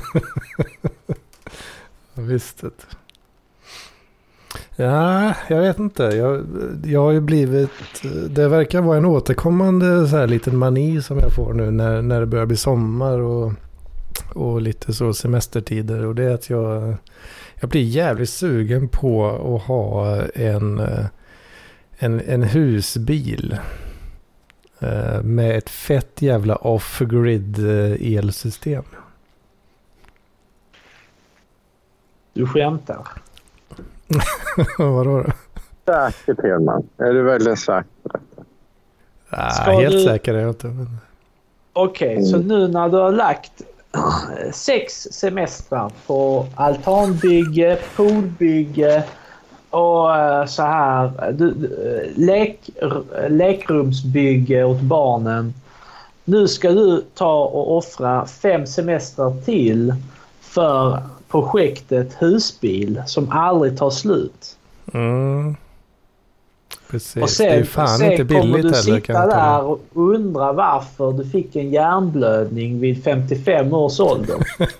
Visst det. Ja, jag vet inte. Jag, jag har ju blivit... Det verkar vara en återkommande så här liten mani som jag får nu när, när det börjar bli sommar och, och lite så semestertider. Och det är att jag, jag blir jävligt sugen på att ha en, en, en husbil med ett fett jävla off-grid elsystem. Du skämtar. Vadå då? Säkert, Hedman. Är du väldigt säker på detta? Ah, helt du... säker är jag inte. Men... Okej, okay, mm. Så nu när du har lagt sex semestrar på altanbygge, poolbygge och så här du, lek, lekrumsbygge åt barnen. Nu ska du ta och offra fem semestrar till för projektet husbil som aldrig tar slut. Mm. Precis. Och sen, det är fan sen inte billigt kommer du heller, sitta där och undra varför du fick en hjärnblödning vid femtiofem års ålder.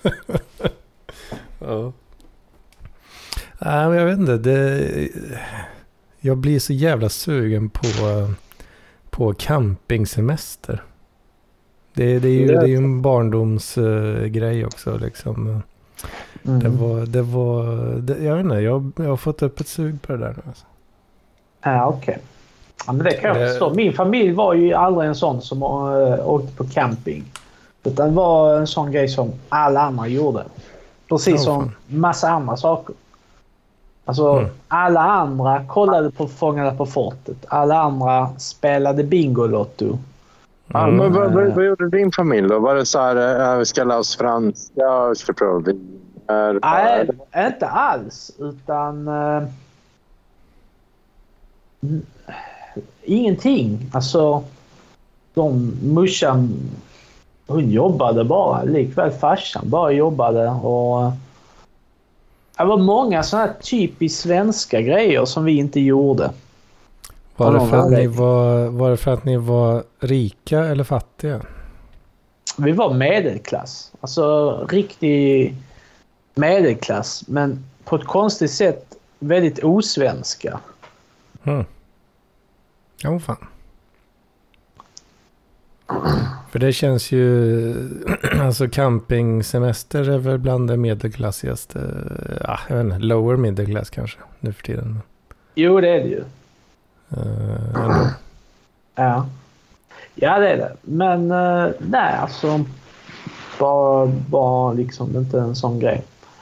Ja. Nej, men jag vet inte. Det, jag blir så jävla sugen på, på campingsemester. Det, det, är ju, det är ju en barndomsgrej uh, också liksom. Mm. Det var, det var det, jag vet inte, jag, jag har fått upp ett sug på det där nu alltså. Ja, okej. Okay. Ja, men det kan jag förstå. Min familj var ju aldrig en sån som äh, åkte på camping. Utan det var en sån grej som alla andra gjorde. Precis oh, som massa andra saker. Alltså, mm. alla andra kollade på Fångarna på fortet. Alla andra spelade Bingolotto. Mm. Ja, men vad, vad, vad gjorde din familj då? Var det så här, äh, vi ska lära oss franska, vi ska prova vin? Nej, inte alls. Utan... Äh, ingenting. Alltså, de morsan, hon jobbade bara. Likväl farsan bara jobbade. Och Det var många sådana här typiskt svenska grejer som vi inte gjorde. Var det, för att ni var, var det för att ni var rika eller fattiga? Vi var medelklass. Alltså riktig medelklass. Men på ett konstigt sätt väldigt osvenska. Mm. Ja, fan. För det känns ju... alltså campingsemester är väl bland det medelklassigaste... Ja, jag vet inte, lower medelklass kanske nu för tiden. Jo, det är det ju. Uh, ändå. Ja. Ja, det är det. Men uh, nej, alltså... Bara, bara liksom inte en sån grej.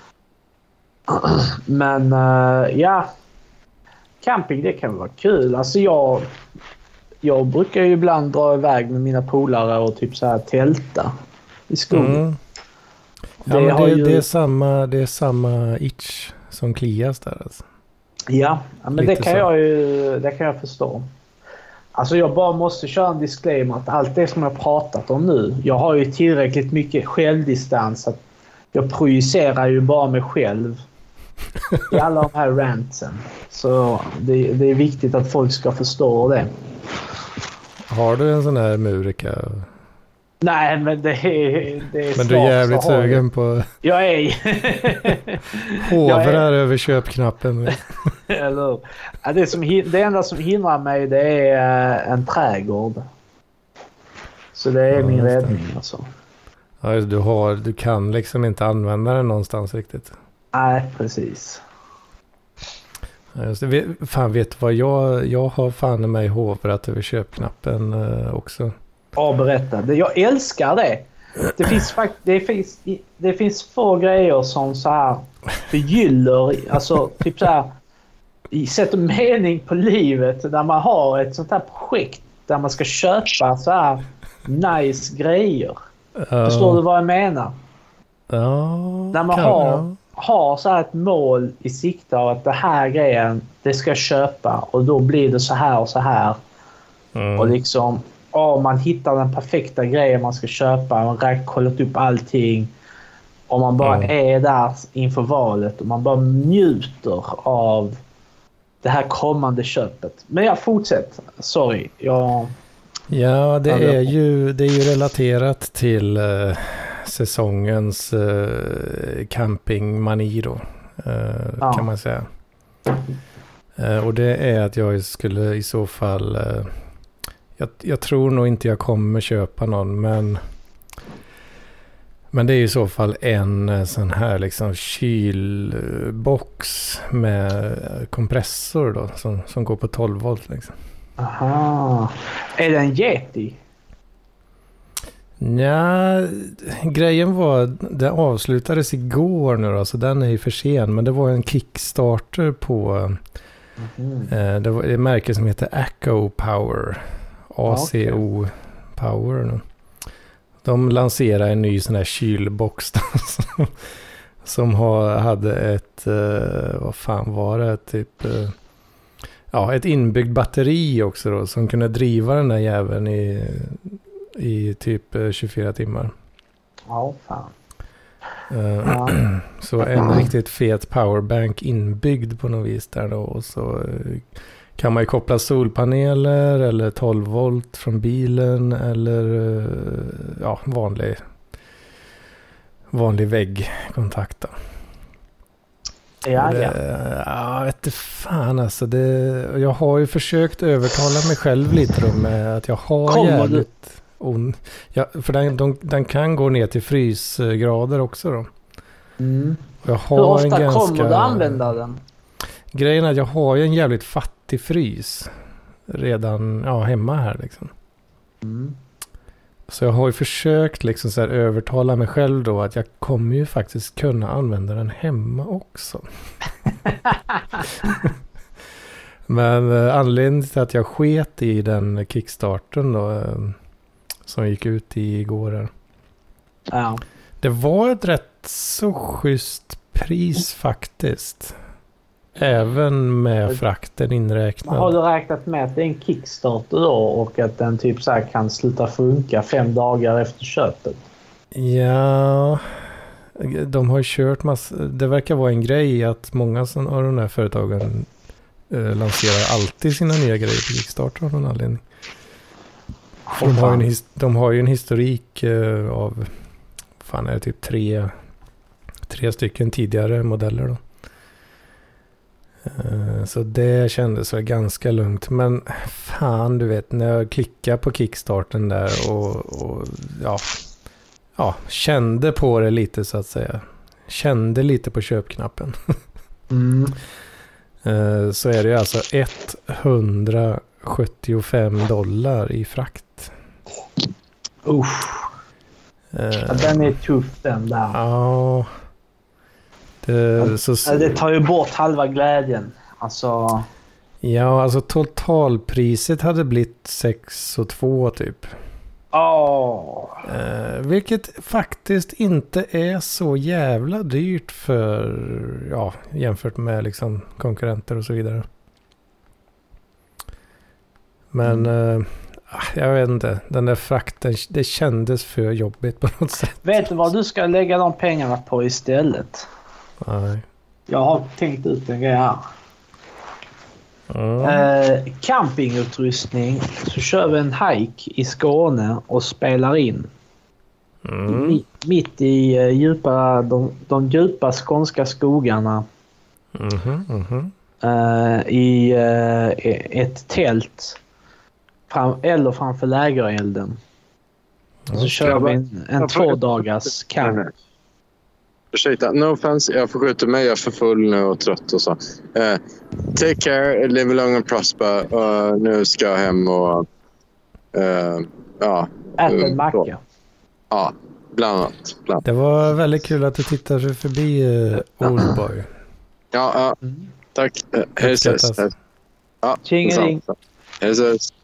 Men uh, ja... Camping, det kan vara kul. Alltså jag... Jag brukar ju ibland dra iväg med mina polare och typ så här tälta i skogen. Mm. Ja, det, men det, ju... det, är samma, det är samma itch som klias där alltså. Ja, ja men det kan, jag ju, det kan jag förstå. Alltså jag bara måste köra en disclaimer att allt det som jag pratat om nu, jag har ju tillräckligt mycket självdistans att jag projicerar ju bara mig själv i alla de här rantsen. Så det, det är viktigt att folk ska förstå det. Har du en sån här Murica? Nej, men det är, det är men du är jävligt sugen på... Jag är... Hovrar är... över köpknappen. Eller... Ja, det, som, det enda som hindrar mig, det är en trädgård. Så det är ja, min räddning alltså. Ja, du, har, du kan liksom inte använda den någonstans riktigt. Nej, precis. Ja, just det. Fan, vet du vad? Jag, jag har fan i mig hovrat över köpknappen eh, också. Ja, berätta. Jag älskar det. Det finns fakt- det finns det finns få grejer som så här förgyller, alltså typ så här sätter mening på livet där man har ett sånt här projekt där man ska köpa så här nice grejer. Uh, Förstår du vad jag menar? Ja. Där man har jag. har så här ett mål i sikte av att det här grejen det ska jag köpa och då blir det så här och så här. Mm. Och liksom ja, man hittar den perfekta grejen man ska köpa. Man har kollat upp allting. Och man bara mm. är där inför valet. Och man bara njuter av det här kommande köpet. Men jag fortsätter. Sorry. Jag... Ja, det är, ju, det är ju relaterat till eh, säsongens eh, campingmani då. Eh, ja. Kan man säga. Eh, och det är att jag skulle i så fall... Eh, Jag, jag tror nog inte jag kommer köpa någon, men men det är i så fall en sån här liksom kylbox med kompressor då som, som går på tolv volt liksom. Aha. Är det en Yeti? Ja, grejen var det avslutades igår nu då, så den är ju för sen, men det var en Kickstarter på mm. eh, det var ett märke som heter Acco Power. A C O Power nu. De lanserar en ny sån här kylbox som, som har, hade ett uh, vad fan var det typ uh, ja, ett inbyggt batteri också då som kunde driva den där jäveln i, i typ uh, tjugofyra timmar. Ja, fan. Uh, ja. Så en riktigt fet powerbank inbyggd på något vis där då, och så uh, kan man ju koppla solpaneler eller tolv volt från bilen eller ja, vanlig vanlig väggkontakt då. Ja, det, ja. Ja, vet du fan alltså. Det, jag har ju försökt övertala mig själv lite då med att jag har Kommer jävligt on, ja, för den, de, den kan gå ner till frysgrader också då. Mm. Jag har Hur ofta en ganska, kommer du använda den? Grejen är att jag har ju en jävligt fattig frys redan ja, hemma här liksom. Mm. Så jag har ju försökt liksom så här övertala mig själv då att jag kommer ju faktiskt kunna använda den hemma också. Men eh, anledningen till att jag sket i den kickstarten då eh, som gick ut i igår här. Ja. Det var ett rätt så schysst pris faktiskt. Även med frakten inräknad. Har du räknat med att det är en Kickstarter då och att den typ så här kan sluta funka fem dagar efter köpet? Ja, de har ju kört massa, det verkar vara en grej att många av de här företagen eh, lanserar alltid sina nya grejer på Kickstarter av någon anledning. För de, har ju en his, de har ju en historik eh, av, fan är det typ tre, tre stycken tidigare modeller då. Eh, så det kändes väl ganska lugnt. Men fan, du vet, när jag klickade på Kickstarten där och, och ja, ja, kände på det lite så att säga. Kände lite på köpknappen. Mm. eh, så är det ju alltså etthundrasjuttiofem dollar i frakt. Usch. Ja, den är tuff den där. Ja. Det, så, det tar ju bort halva glädjen. Alltså... Ja, alltså totalpriset hade blivit sex och två typ. Oh. Eh, vilket faktiskt inte är så jävla dyrt för, ja, jämfört med liksom konkurrenter och så vidare. Men mm. eh, jag vet inte, den där frakten, det kändes för jobbigt på något sätt. Vet du vad du ska lägga de pengarna på istället? Nej. Jag har tänkt ut en grej här. Mm. Eh, campingutrustning, så kör vi en hike i Skåne och spelar in. Mm. I, mitt i uh, djupa, de, de djupa skånska skogarna. Mm-hmm, mm-hmm. Uh, I uh, ett tält fram, eller framför lägerelden. Och så kör vi en, en två dagars camp. Ursäkta, no offense, jag förskjuter mig, jag är för full nu och trött och så. Uh, take care, live long and prosper. Uh, nu ska jag hem och uh, ja. Äta en macka. Ja, bland annat. Bland. Det var väldigt kul att du tittar sig förbi uh, Oldboy. Ja, ja. Mm. Tack. Uh, hej ses. Ja, tjingeling. Hej ses.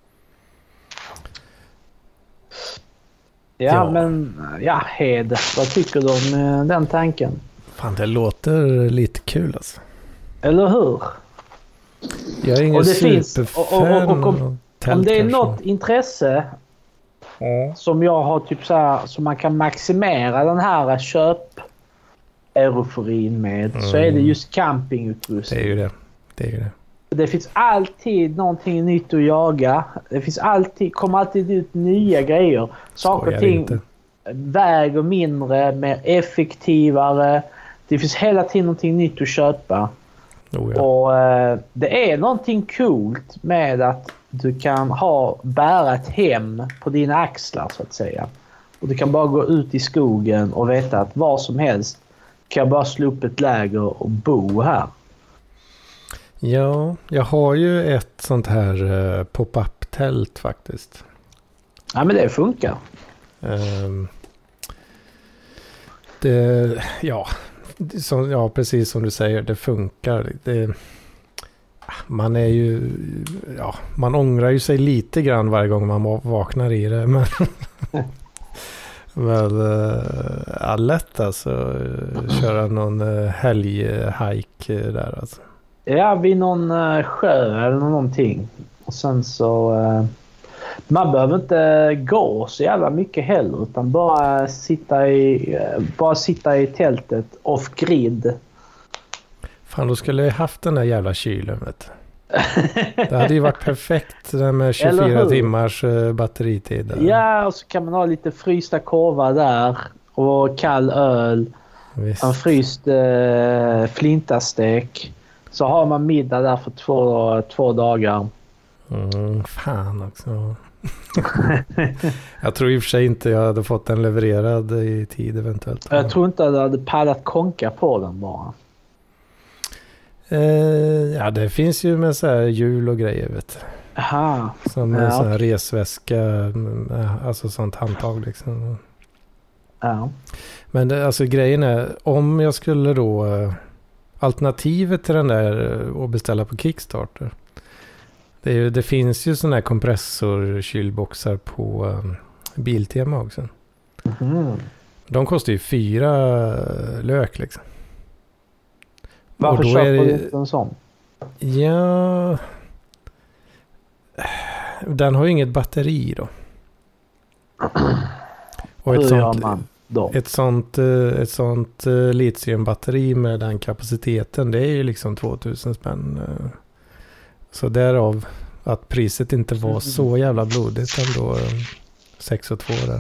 Ja, ja, men ja, Hed, vad tycker du om uh, den tanken? Fan, det låter lite kul alltså. Eller hur? Jag är ingen superfan. Och, och, och, och om, om det är något intresse mm. som jag har typ så här, som man kan maximera den här köp euforin med, mm. så är det just campingutrustning. Det är ju det. Det är ju det. Det finns alltid någonting nytt att jaga. Det finns alltid, kommer alltid ut nya grejer. Saker och ting inte. Väger mindre, mer effektivare. Det finns hela tiden någonting nytt att köpa. Oh ja. Och eh, det är någonting coolt med att du kan ha bära ett hem på dina axlar så att säga. Och du kan bara gå ut i skogen och veta att var som helst kan jag bara slå upp ett läger och bo här. Ja, jag har ju ett sånt här uh, pop-up-tält faktiskt. Ja, men det funkar. Um, det, ja, som, ja, precis som du säger, det funkar. Det, man är ju, ja, man ångrar ju sig lite grann varje gång man vaknar i det. Men, men uh, ja, lätt alltså, köra någon uh, helghike där alltså. Ja, vid någon uh, sjö eller någonting. Och sen så... Uh, man behöver inte gå så jävla mycket heller. Utan bara sitta i, uh, bara sitta i tältet off-grid. Fan, då skulle jag haft den där jävla kylen, vet du. Det hade ju varit perfekt det med tjugofyra timmars uh, batteritid. Där. Ja, och så kan man ha lite frysta korvar där. Och kall öl. Visst. En fryst uh, flintastek. Så har man middag där för två, två dagar. Mm, fan också. Jag tror i och för sig inte jag hade fått den levererad i tid eventuellt. Jag tror inte att du hade pallat konka på den bara. Eh, ja, det finns ju med så här hjul och grejer, vet du. Aha. Som en ja, sån här okay. resväska, alltså sånt handtag liksom. Ja. Men det, alltså grejen är, om jag skulle då... Alternativet till den där att beställa på Kickstarter. Det, är ju, det finns ju såna här kompressorkylboxar på um, Biltema också. Mm. De kostar ju fyra lök liksom. Varför då köper är det, du inte en sån? Ja... Den har ju inget batteri då. Och Hur ett gör sånt, man? dem. Ett sånt, ett sånt litiumbatteri med den kapaciteten, det är ju liksom tvåtusen spänn. Så därav att priset inte var så jävla blodigt ändå, sex och två där.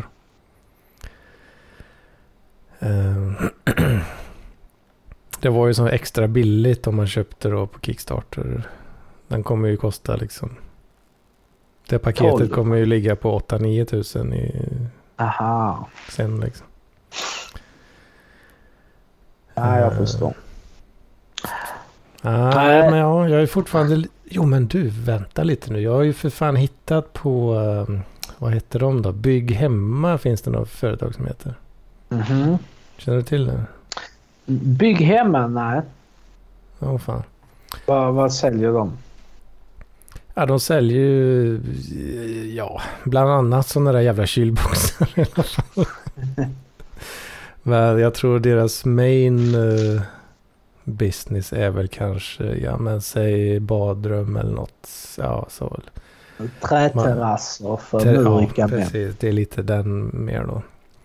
Det var ju så extra billigt om man köpte då på Kickstarter. Den kommer ju kosta liksom, det paketet tolv kommer ju ligga på åtta nio tusen i Aha. sen liksom. Ja, jag förstår. Ah, nej, men ja, jag är fortfarande... Jo, men du, vänta lite nu. Jag har ju för fan hittat på... Um, vad heter de då? Bygg hemma finns det något företag som heter. Mhm. Känner du till det? Bygg hemma, nej. Åh oh, fan. Vad, vad säljer de? Ja, de säljer ju... Ja, bland annat sådana där jävla kylboxar i alla fall. Men jag tror deras main uh, business är väl kanske, ja men säg badrum eller något. Ja, så. Träterrasser för murika. Ja, precis. Det är lite den mer då.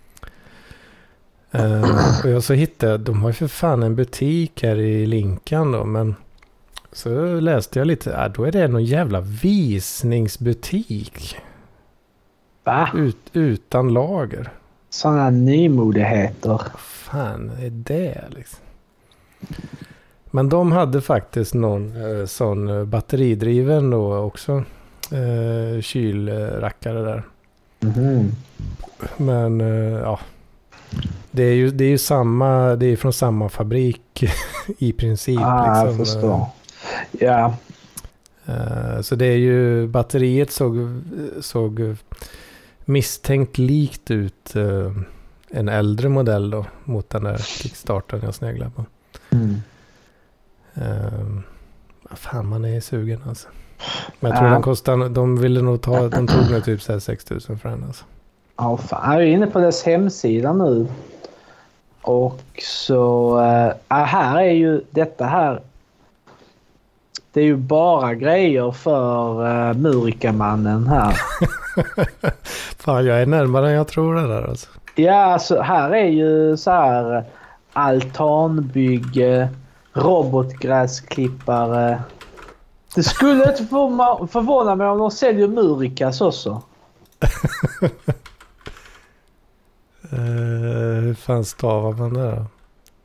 Uh, och jag så hittade, de har ju för fan en butik här i Linkan då, men så läste jag lite, ja, då är det någon jävla visningsbutik. Va? Ut, utan lager. Sådana nymodigheter. Vad fan är det liksom? Men de hade faktiskt någon eh, sån batteridriven då också. Eh, kylrackare där. Mm. Men eh, ja. Det är ju, det är ju samma, det är från samma fabrik i princip. Ah, liksom. jag förstår. Ja. Eh, så det är ju, batteriet såg, såg misstänkt likt ut uh, en äldre modell då mot den där Kickstartern jag sneglade på. Mm. Uh, fan, man är sugen alltså. Men jag tror uh. den kostar, de ville nog ta, de tog nog typ så här sex tusen för den alltså. Ja, fan. Jag är inne på dess hemsida nu. Och så uh, här är ju detta här. Det är ju bara grejer för uh, Murikamannen här. Fan, jag är närmare än jag tror det där alltså. Ja, alltså här är ju så här altanbygge, robotgräsklippare. Det skulle inte förvåna mig om de säljer Murikas också. uh, hur fan stavar man det då?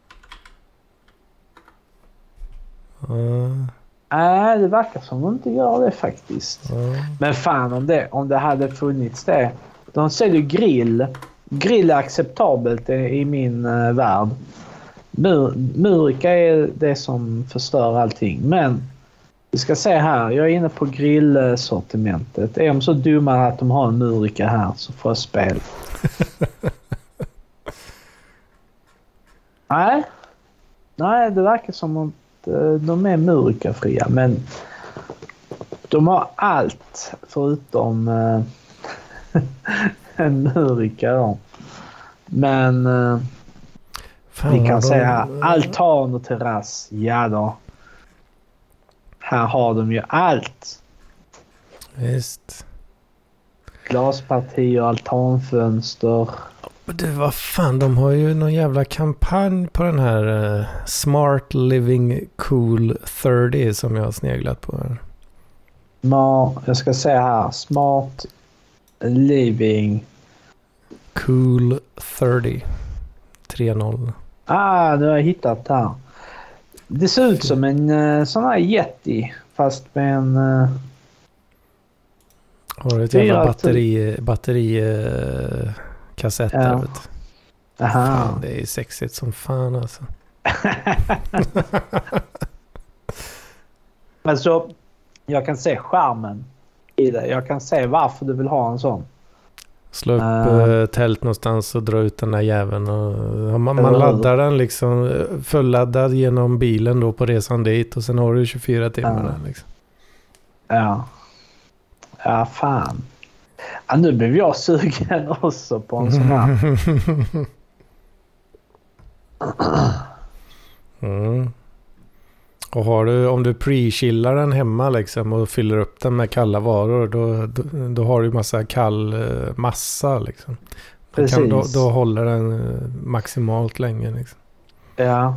Uh. Nej, det verkar som de inte gör det faktiskt. Mm. Men fan om det, om det hade funnits det. De säljer grill. Grill är acceptabelt i, i min uh, värld. Mur, Murika är det som förstör allting. Men vi ska se här. Jag är inne på grillsortimentet. Är de så dumma att de har en Murika här så får jag spel. Nej. Nej, det verkar som att de är Murika-fria, men de har allt förutom uh, en Murika då. Men uh, vi kan säga här, altan och terrass, ja då. Här har de ju allt. Visst. Glaspartier, altanfönster. Du, vad fan, de har ju någon jävla kampanj på den här uh, Smart Living Cool trettio som jag har sneglat på här. Ma, jag ska säga här, Smart Living Cool trettio. tre noll. Ah, nu har jag hittat här. Det ser ut som en uh, sån här Yeti fast med en... Uh, har du ett jävla batteri... batteri uh, kassetter, ja. vet du. Aha. Fan, det är sexigt som fan alltså. Men så jag kan se skärmen i det. Jag kan se varför du vill ha en sån. Slå upp uh, tält någonstans och dra ut den där jäveln. Och, man, man laddar den liksom fulladdad genom bilen då på resan dit och sen har du tjugofyra timmar uh. där liksom. Ja. Ja, fan. Ja, nu blev jag sugen också på en sån här. Mm. Och har du, om du pre-chillar den hemma liksom och fyller upp den med kalla varor, då, då, då har du massa kall massa liksom. Precis. Kan, då, då håller den maximalt länge liksom. Ja.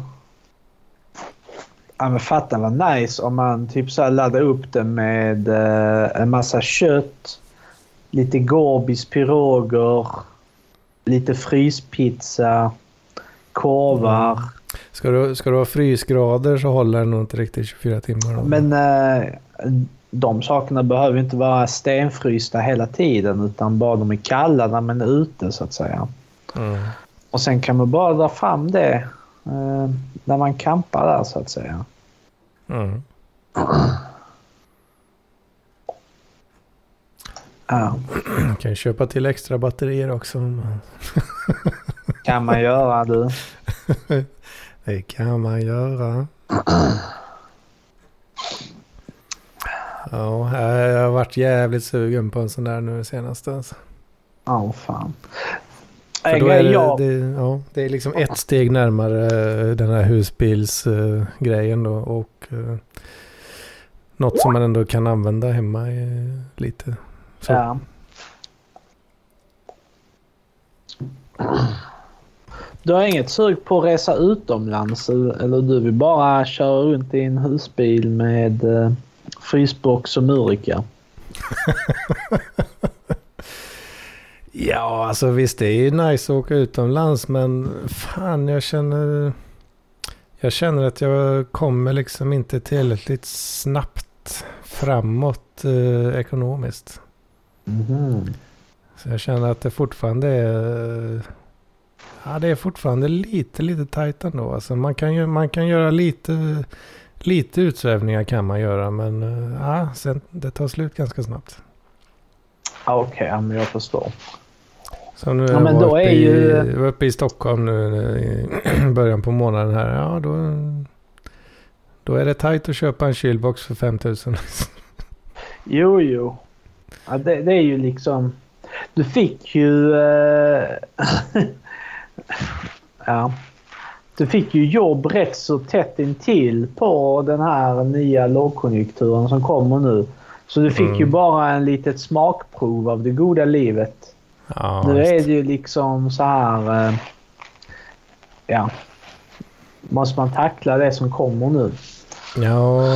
Ja, men fatta vad nice om man typ så här laddar upp den med eh, en massa kött, lite gorbis, piroger, lite fryspizza, korvar. Mm. Ska du, ska du ha frysgrader så håller den nog inte riktigt tjugofyra timmar. Då. Men eh, de sakerna behöver inte vara stenfrysta hela tiden, utan bara de är kalla när man är ute så att säga. Mm. Och sen kan man bara dra fram det eh, när man campar där så att säga. Mm. Ja. Kan köpa till extra batterier också. Kan man göra du? Det kan man göra. Ja, jag har varit jävligt sugen på en sån där nu senaste. Alltså. Ja, oh, fan. För då är det, det, ja, det är liksom ett steg närmare den här husbilsgrejen då, och uh, något som man ändå kan använda hemma i, lite. Så. Ja. Du har inget sug på att resa utomlands, eller du vill bara köra runt i en husbil med uh, frysbox och murika? Ja, alltså visst, det är ju nice att åka utomlands, men fan, jag känner jag känner att jag kommer liksom inte tillräckligt snabbt framåt eh, ekonomiskt. Mm. Så jag känner att det fortfarande är ja, det är fortfarande lite lite tajt ändå. Alltså man kan ju man kan göra lite lite utsvävningar kan man göra, men ja, sen det tar slut ganska snabbt. Okej, okay, men jag förstår. Så nu ja, men var då uppe är i, ju... jag var uppe i Stockholm nu i början på månaden här. Ja, då, då är det tajt att köpa en kylbox för fem tusen. Jo, jo. Ja, det, det är ju liksom... Du fick ju... Äh... ja. Du fick ju jobb rätt så tätt intill på den här nya lågkonjunkturen som kommer nu. Så du fick mm. ju bara en litet smakprov av det goda livet. Ja, nu just. är det ju liksom så här... Eh, ja. Måste man tackla det som kommer nu. Ja.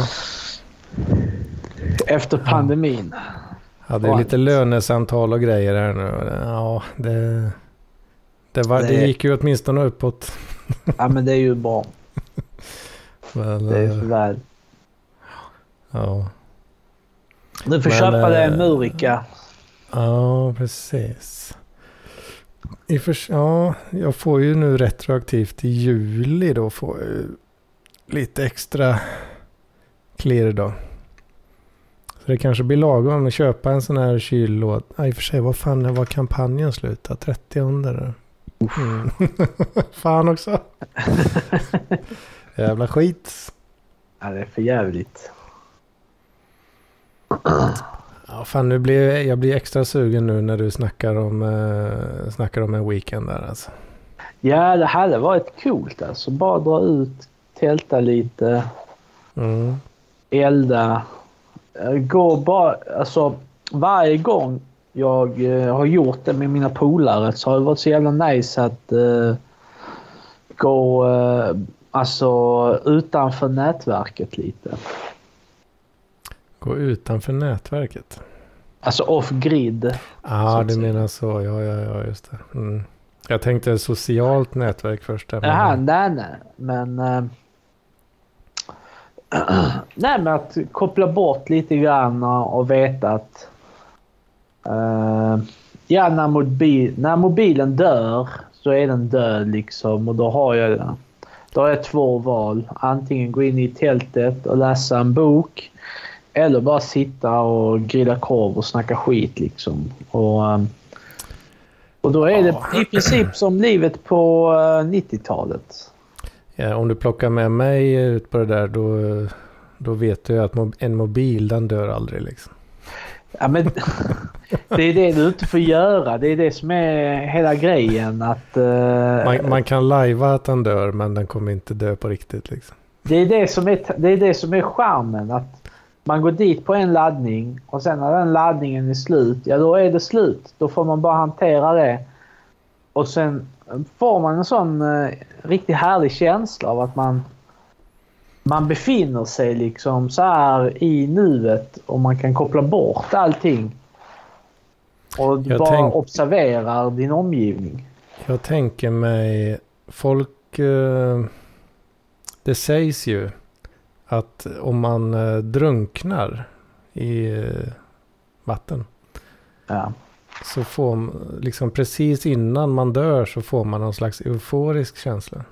Efter pandemin. Ja, det är lite lönesamtal och grejer här nu. Ja, det... Det, var, det, det gick ju åtminstone uppåt. Ja, men det är ju bra. Men, det är för väl. Ja. Du får men, köpa dig en murika. Ja, precis. I för, ja, jag får ju nu retroaktivt i juli då får jag lite extra clear då. Så det kanske blir lagom att köpa en sån här kyllåda. Ja, i och för sig, vad fan var kampanjen slutat? trettio under. Mm. Fan också. Jävla skit. Ja, det är för jävligt. Ja, fan, nu blir jag blir extra sugen nu när du snackar om eh, snackar om en weekend där alltså. Ja, det hade varit coolt alltså. Bara dra ut, tälta lite. Mm. Elda. Gå bara, alltså varje gång jag eh, har gjort det med mina polare så har det varit så jävla nice att eh, gå eh, alltså utanför nätverket lite. Gå utanför nätverket? Alltså off-grid. Ja, ah, du menar så. Ja, ja, ja, just det. Mm. Jag tänkte socialt nätverk först. Där, Jaha, nej, nej. Men... Eh, nej, men att koppla bort lite grann och veta att... Eh, ja, när, mobil, när mobilen dör så är den död liksom. Och då har jag, då har jag två val. Antingen gå in i tältet och läsa en bok. Eller bara sitta och grilla korv och snacka skit liksom. Och, och då är det i princip som livet på nittiotalet. Ja, om du plockar med mig ut på det där då, då vet du att en mobil den dör aldrig liksom. Ja, men det är det du inte får göra. Det är det som är hela grejen. Att, uh, man, man kan lajva att den dör men den kommer inte dö på riktigt liksom. Det är det som är, det är, det som är charmen. Att man går dit på en laddning och sen när den laddningen är slut, ja då är det slut. Då får man bara hantera det. Och sen får man en sån eh, riktigt härlig känsla av att man man befinner sig liksom så här i nuet och man kan koppla bort allting. Och Jag bara tänk... observerar din omgivning. Jag tänker mig folk... Eh, det sägs ju att om man eh, drunknar i eh, vatten. Ja. Så får man, liksom precis innan man dör så får man någon slags euforisk känsla.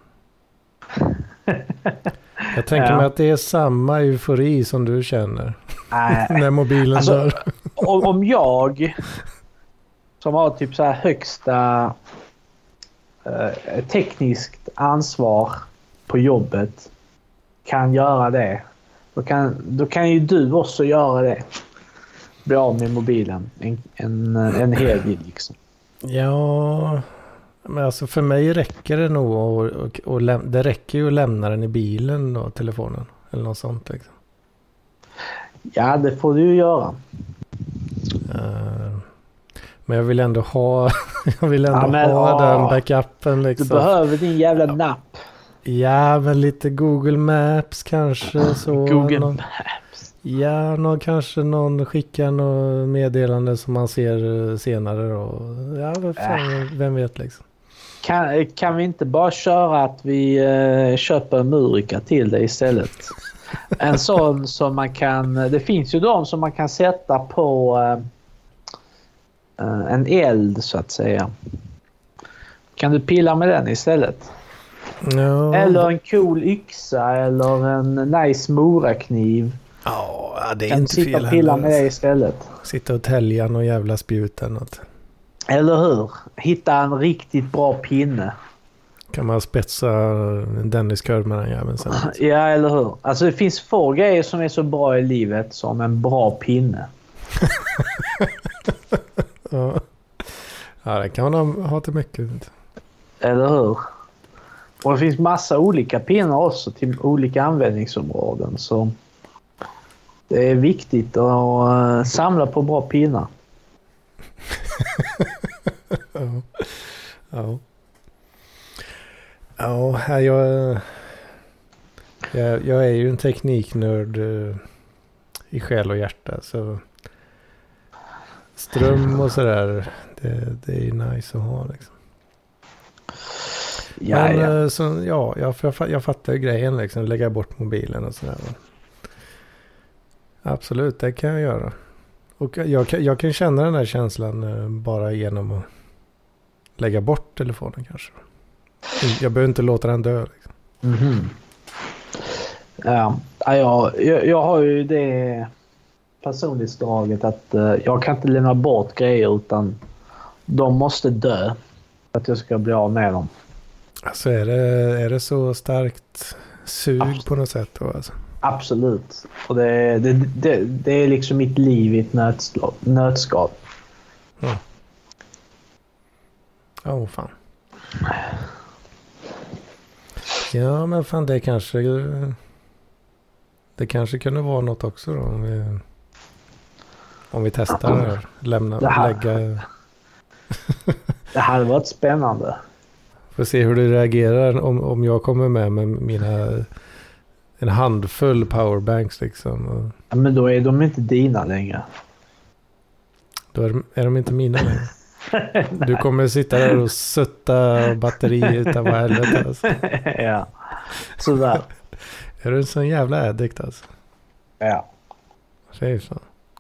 Jag tänker ja. mig att det är samma eufori som du känner. Äh, när mobilen alltså, dör. Om jag som har typ så här högsta eh, tekniskt ansvar på jobbet kan göra det. Då kan, då kan ju du också göra det. Bli av med mobilen en, en, en helg liksom. Ja, men alltså för mig räcker det nog och, och, och läm- det räcker ju att lämna den i bilen och telefonen eller något sånt liksom. Ja, det får du ju göra. Uh, men jag vill ändå ha jag vill ändå ja, men, ha åh, den backupen liksom. Du behöver din jävla napp. Ja, men lite Google Maps kanske så. Google någon, Maps. Ja, någon, kanske någon skickar något meddelande som man ser senare då. Ja, vem, fan, äh. vem vet liksom. Kan, kan vi inte bara köra att vi eh, köper en Murica till det istället? En sån som man kan... Det finns ju de som man kan sätta på eh, en eld så att säga. Kan du pilla med den istället? No. Eller en cool yxa eller en nice morakniv. Ja, det är kan inte sitta fel. Och pilla med det istället. Sitta och tälja någon jävla spjut eller något. Eller hur? Hitta en riktigt bra pinne. Kan man spetsa en Dennis-kurv med den jäveln sen? Ja, eller hur? Alltså det finns få grejer som är så bra i livet som en bra pinne. ja. ja, det kan man ha, ha till mycket. Eller hur? Och det finns massa olika pinnar också till olika användningsområden. Så det är viktigt att samla på bra pinnar. ja. Ja. Ja, jag, jag, jag är ju en tekniknörd uh, i själ och hjärta. Så ström och sådär, det, det är ju nice att ha liksom. Ja, Men ja. Uh, så, ja, jag, jag, jag fattar ju grejen liksom, lägga bort mobilen och sådär. Absolut, det kan jag göra. Och jag, jag kan känna den här känslan uh, bara genom att lägga bort telefonen kanske. Jag behöver inte låta den dö. Liksom. Mm-hmm. Ja, jag, jag, jag har ju det personlighetsdraget att uh, jag kan inte lämna bort grejer utan de måste dö för att jag ska bli av med dem. Alltså är det, är det så starkt sug Absolut. På något sätt då alltså? Absolut. Och det, det, det, det är liksom mitt liv i ett nötskal. nötskal. Ja. Åh oh, fan. Ja, men fan det kanske det kanske kunde vara något också då om vi om vi testar det här. Lämna, det här, lägga det här har varit spännande. Får se hur du reagerar om, om jag kommer med med mina en handfull powerbanks liksom. Ja, men då är de inte dina längre. Då är, är de inte mina längre. Du kommer sitta där och sutta batteri utav vad helvete alltså. Ja, sådär. Är du en sån jävla addict alltså? Ja. Säg så.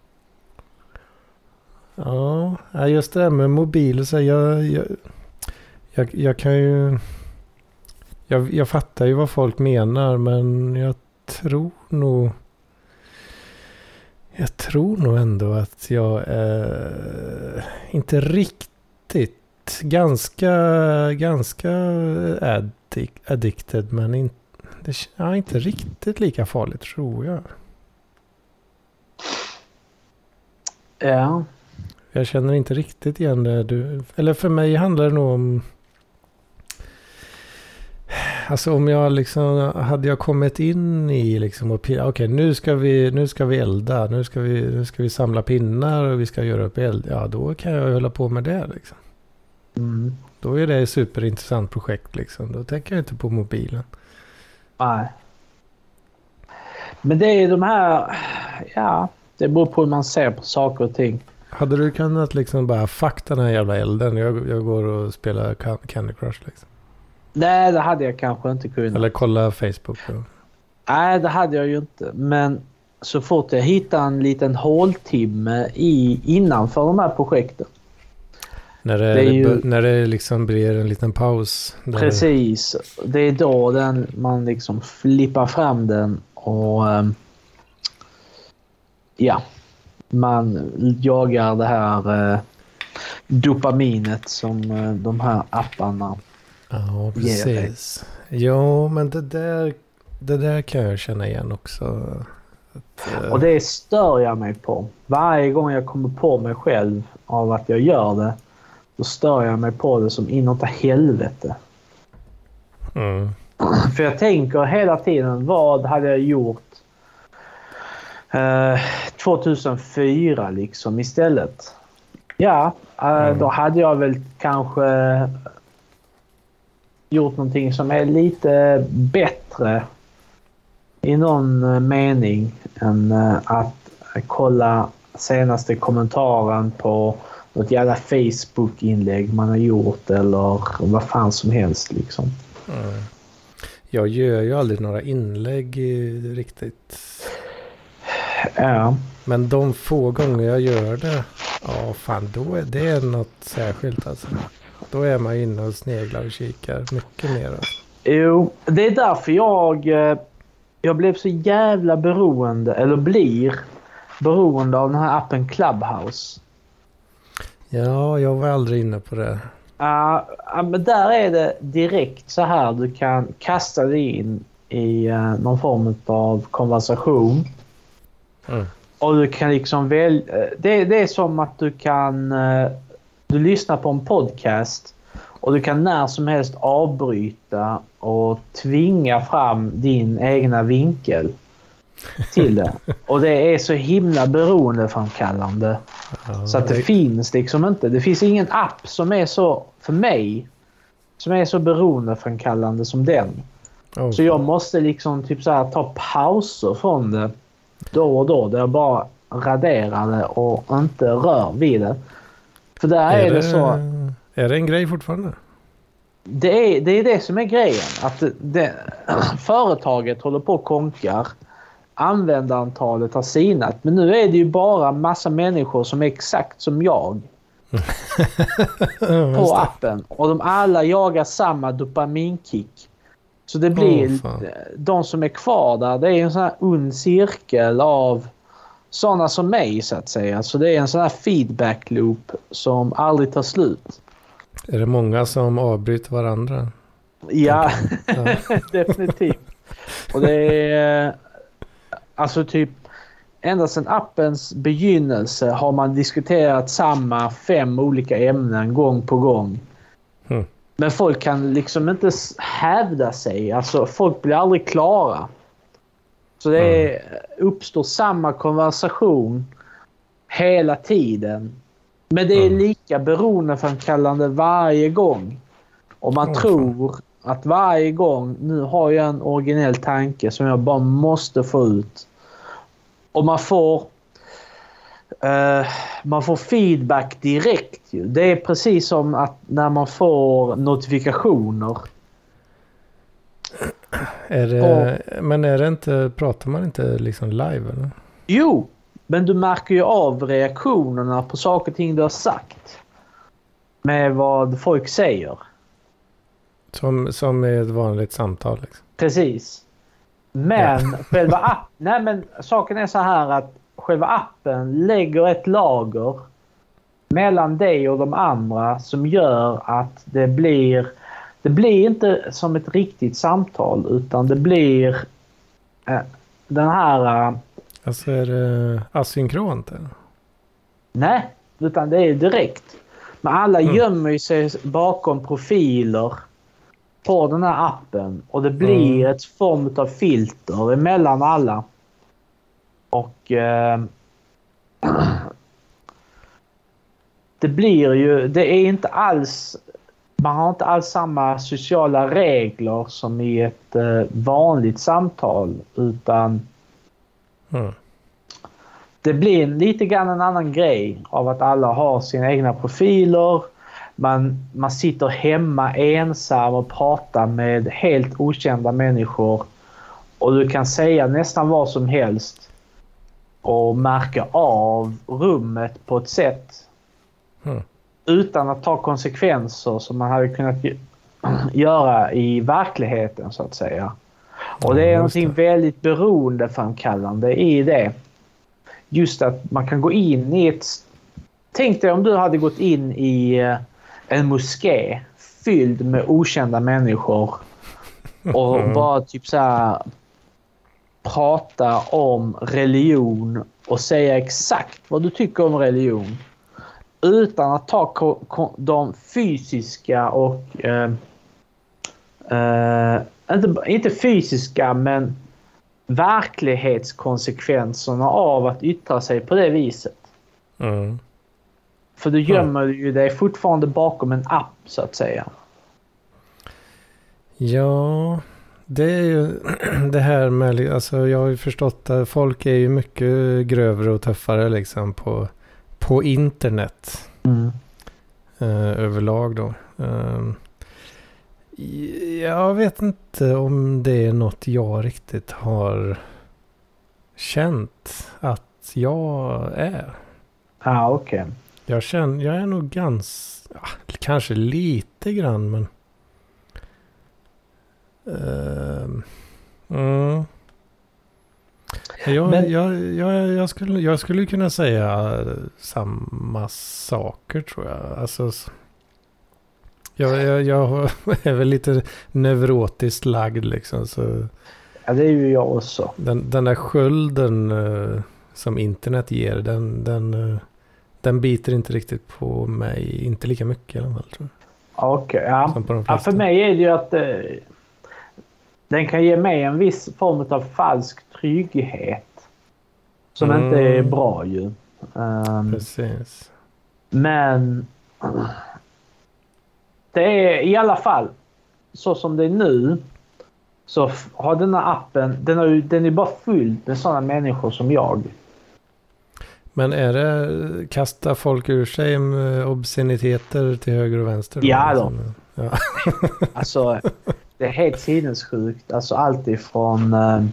Ja, just det där med mobil och så jag, jag, jag, jag kan ju jag, jag fattar ju vad folk menar men jag tror nog jag tror nog ändå att jag är inte riktigt ganska ganska addic- addicted men in, det är inte riktigt lika farligt tror jag. Ja. Jag känner inte riktigt igen det du eller för mig handlar det nog om alltså om jag liksom hade jag kommit in i liksom och okej okay, nu ska vi nu ska vi elda nu ska vi nu ska vi samla pinnar och vi ska göra upp eld ja då kan jag hålla på med det liksom. Mm. Då är det ett superintressant projekt liksom. Då tänker jag inte på mobilen. Nej. Men det är de här, ja, det beror på hur man ser på saker och ting. Hade du kunnat liksom bara fuck den här jävla elden? Jag, jag går och spelar Candy Crush liksom. Nej, det hade jag kanske inte kunnat. Eller kolla Facebook. Ja. Nej, det hade jag ju inte. Men så fort jag hittar en liten håltimme i, innanför de här projekten. När det, det är ju, när det liksom blir en liten paus. Precis. Det är då den, man liksom flippar fram den och um, ja, man jagar det här uh, dopaminet som uh, de här apparna ja, precis. Jo, men det där, det där kan jag känna igen också. Att, uh... Och det stör jag mig på. Varje gång jag kommer på mig själv av att jag gör det, då stör jag mig på det som inåt helvete. Mm. För jag tänker hela tiden, vad hade jag gjort eh, tjugohundrafyra liksom istället? Ja, eh, mm. då hade jag väl kanske gjort någonting som är lite bättre i någon mening än eh, att kolla senaste kommentaren på något jävla Facebook-inlägg man har gjort eller vad fan som helst liksom. Mm. Jag gör ju aldrig några inlägg riktigt. Ja. Men de få gånger jag gör det, ja fan, då är det något särskilt alltså. Då är man inne och sneglar och kikar mycket mer. Alltså. Jo, det är därför jag jag blev så jävla beroende, eller blir beroende av den här appen Clubhouse. Ja, jag var aldrig inne på det. Ja, uh, men där är det direkt så här. Du kan kasta dig in i uh, någon form av konversation. Mm. Och du kan liksom välja. Det, det är som att du kan uh, du lyssnar på en podcast och du kan när som helst avbryta och tvinga fram din egna vinkel till det. Och det är så himla beroendeframkallande. Ja, så att det, det finns liksom inte. Det finns ingen app som är så, för mig, som är så beroendeframkallande som den. Oh. Så jag måste liksom typ så här ta pauser från det då och då. Där jag bara raderar det och inte rör vid det. För där är, är det, det så... Är det en grej fortfarande? Det är det, är det som är grejen. Att det, det, företaget håller på och konkar. Användarantalet har sinat. Men nu är det ju bara massa människor som är exakt som jag. på appen. Och de alla jagar samma dopaminkick. Så det blir oh, de som är kvar där. Det är en sån här ond cirkel av sådana som mig så att säga. Så det är en sån här feedback loop som aldrig tar slut. Är det många som avbryter varandra? Ja, ja. Definitivt. Och det är alltså typ ända sedan appens begynnelse har man diskuterat samma fem olika ämnen gång på gång. Mm. Men folk kan liksom inte hävda sig. Alltså folk blir aldrig klara. Så det är, mm. uppstår samma konversation hela tiden. Men det är mm. lika beroendeframkallande varje gång. Och man mm. tror att varje gång, nu har jag en originell tanke som jag bara måste få ut. Och man får uh, man får feedback direkt. Ju. Det är precis som att när man får notifikationer. Är det, och, men är det inte, pratar man inte liksom live eller? Jo, men du märker ju av reaktionerna på saker och ting du har sagt. Med vad folk säger. Som, som är ett vanligt samtal liksom. Precis. Men ja. själva app, nej men saken är så här att själva appen lägger ett lager mellan dig och de andra som gör att det blir det blir inte som ett riktigt samtal utan det blir eh, den här eh, alltså är det asynkront eller? Nej, utan det är direkt. Men alla mm. gömmer sig bakom profiler på den här appen och det blir mm. ett form av filter emellan alla. Och eh, det blir ju, det är inte alls man har inte alls samma sociala regler som i ett eh, vanligt samtal, utan Mm. det blir lite grann en annan grej av att alla har sina egna profiler. Man, man sitter hemma ensam och pratar med helt okända människor. Och du kan säga nästan vad som helst och märka av rummet på ett sätt Mm. utan att ta konsekvenser som man hade kunnat göra i verkligheten, så att säga. Och det är Ja, just någonting det. väldigt beroendeframkallande i det. Just att man kan gå in i ett... Tänk dig om du hade gått in i eh, en moské fylld med okända människor och Mm. bara typ så här prata om religion och säga exakt vad du tycker om religion utan att ta ko- ko- de fysiska och eh, eh, inte, inte fysiska men verklighetskonsekvenserna av att yttra sig på det viset. Mm. För du gömmer ju dig fortfarande bakom en app, så att säga. Ja, det är ju det här med, alltså jag har ju förstått att folk är ju mycket grövre och tuffare liksom på, på internet Mm. eh, överlag då. Um, jag vet inte om det är något jag riktigt har känt att jag är. Ja, ah, okej. Okay. Jag känner, jag är nog ganska, ja, kanske lite grann, men uh, mm. jag, Men- jag, jag, jag, skulle, jag skulle kunna säga samma saker, tror jag. Alltså, s- jag, jag, jag är väl lite neurotiskt lagd liksom, så Ja, det är ju jag också. den, den där skölden uh, som internet ger, den, den uh, Den biter inte riktigt på mig. Inte lika mycket i alla fall, tror jag. Okej, okay, ja. Som på de ja. flesta. För mig är det ju att eh, den kan ge mig en viss form av falsk trygghet. Som Mm. inte är bra ju. Um, Precis. men det är i alla fall så som det är nu, så f- har den här appen, den, har ju, den är bara fylld med sådana människor som jag. Men är det, kastar folk ur sig med obsceniteter till höger och vänster? Då, Ja då. liksom? Ja. Alltså, det är helt sinnessjukt. Alltså allt ifrån eh,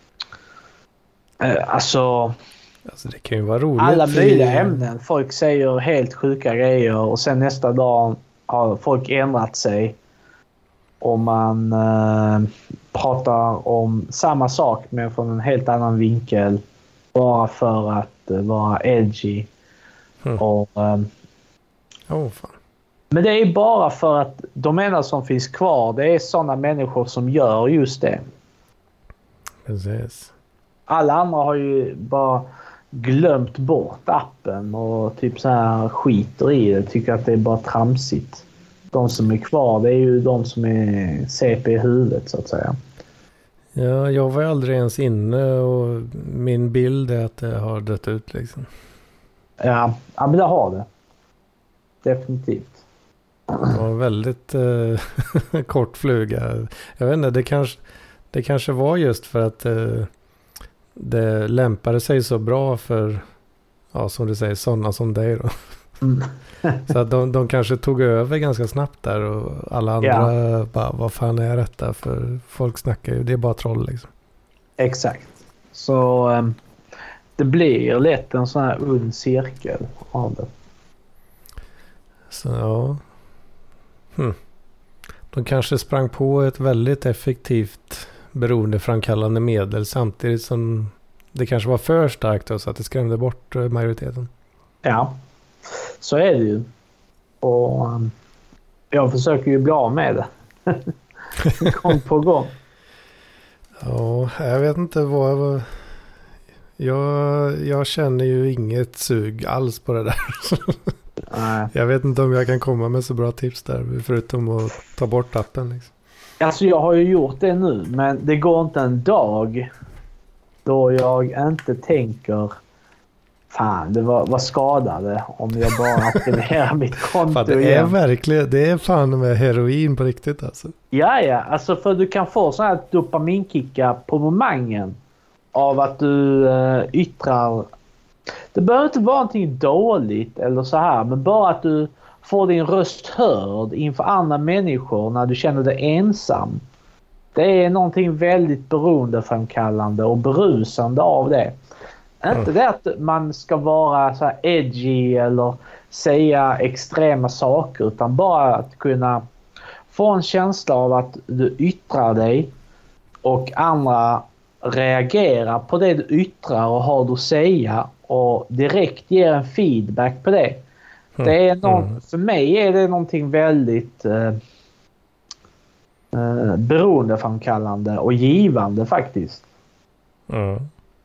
eh, alltså Alltså det kan ju vara roligt. alla möjliga i- ämnen. Folk säger helt sjuka grejer och sen nästa dag har folk ändrat sig. Och man eh, pratar om samma sak men från en helt annan vinkel. Bara för att eh, vara edgy. Mm. Och, eh, Åh, fan. men det är bara för att de enda som finns kvar, det är sådana människor som gör just det. Precis. Alla andra har ju bara glömt bort appen och typ så här skiter i det. Tycker att det är bara tramsigt. De som är kvar, det är ju de som är C P i huvudet, så att säga. Ja, jag var ju aldrig ens inne och min bild är att det har dött ut liksom. Ja, ja men det har det. Definitivt. Det var en väldigt eh, kort fluga. Jag vet inte, det kanske, det kanske var just för att eh, det lämpade sig så bra för, ja som du säger, sådana som dig då. Mm. Så att de, de kanske tog över ganska snabbt där och alla andra bara, vad fan är detta? För folk snackar ju, det är bara troll liksom. Exakt. Så um, det blir lätt en sån här ond cirkel av det. Så ja. Hm. De kanske sprang på ett väldigt effektivt beroendeframkallande medel samtidigt som det kanske var för starkt då, så att det skrämde bort eh, majoriteten. Ja, så är det ju. Och um, jag försöker ju bli av med det. Gång på gång. Ja, jag vet inte vad... vad jag, jag känner ju inget sug alls på det där. Nej. Jag vet inte om jag kan komma med så bra tips där, förutom att ta bort appen liksom. Alltså jag har ju gjort det nu, men det går inte en dag då jag inte tänker Fan, det var, var skadade om jag bara aktiverar mitt konto fan, det igen. är verkligen, det är fan med heroin på riktigt alltså. Ja, ja. Alltså för du kan få sån här dopaminkickar på momangen av att du uh, yttrar. Det behöver inte vara någonting dåligt eller så här, men bara att du får din röst hörd inför andra människor när du känner dig ensam. Det är någonting väldigt beroendeframkallande och berusande av det. Mm. Inte det att man ska vara så här edgy eller säga extrema saker, utan bara att kunna få en känsla av att du yttrar dig och andra reagerar på det du yttrar och har du att säga och direkt ger en feedback på det. Mm. Det är någon, mm. För mig är det någonting väldigt eh, eh, beroendeframkallande och givande faktiskt. Mm.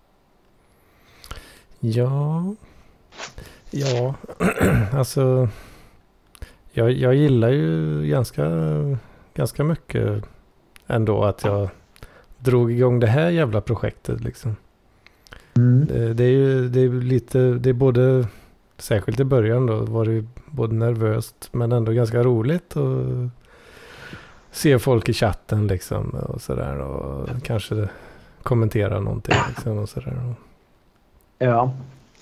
Ja, ja, alltså jag, jag gillar ju ganska, ganska mycket ändå att jag drog igång det här jävla projektet liksom. Mm. Det, det är ju det är lite, det är både, särskilt i början då var det ju både nervöst men ändå ganska roligt och se folk i chatten liksom och sådär och kanske kommentera någonting liksom och sådär. Ja.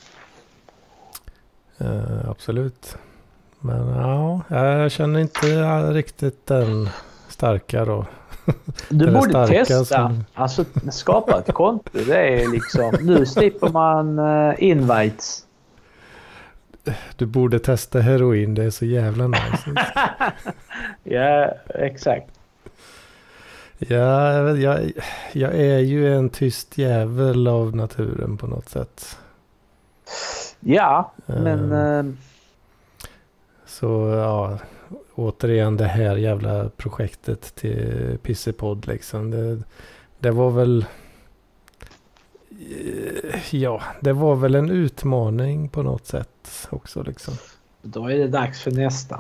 Uh, absolut. Men ja, jag känner inte riktigt den starka då. Du borde testa. Som... Alltså skapa ett konto. Det är liksom, nu slipper man uh, invites. Du borde testa heroin, det är så jävla nice. Ja, exakt. Ja, jag, vet, jag, jag är ju en tyst jävel av naturen på något sätt. Ja, men... Uh, så ja, återigen det här jävla projektet till Pissepodd liksom. Det, det var väl... Ja, det var väl en utmaning på något sätt också liksom. Då är det dags för nästa.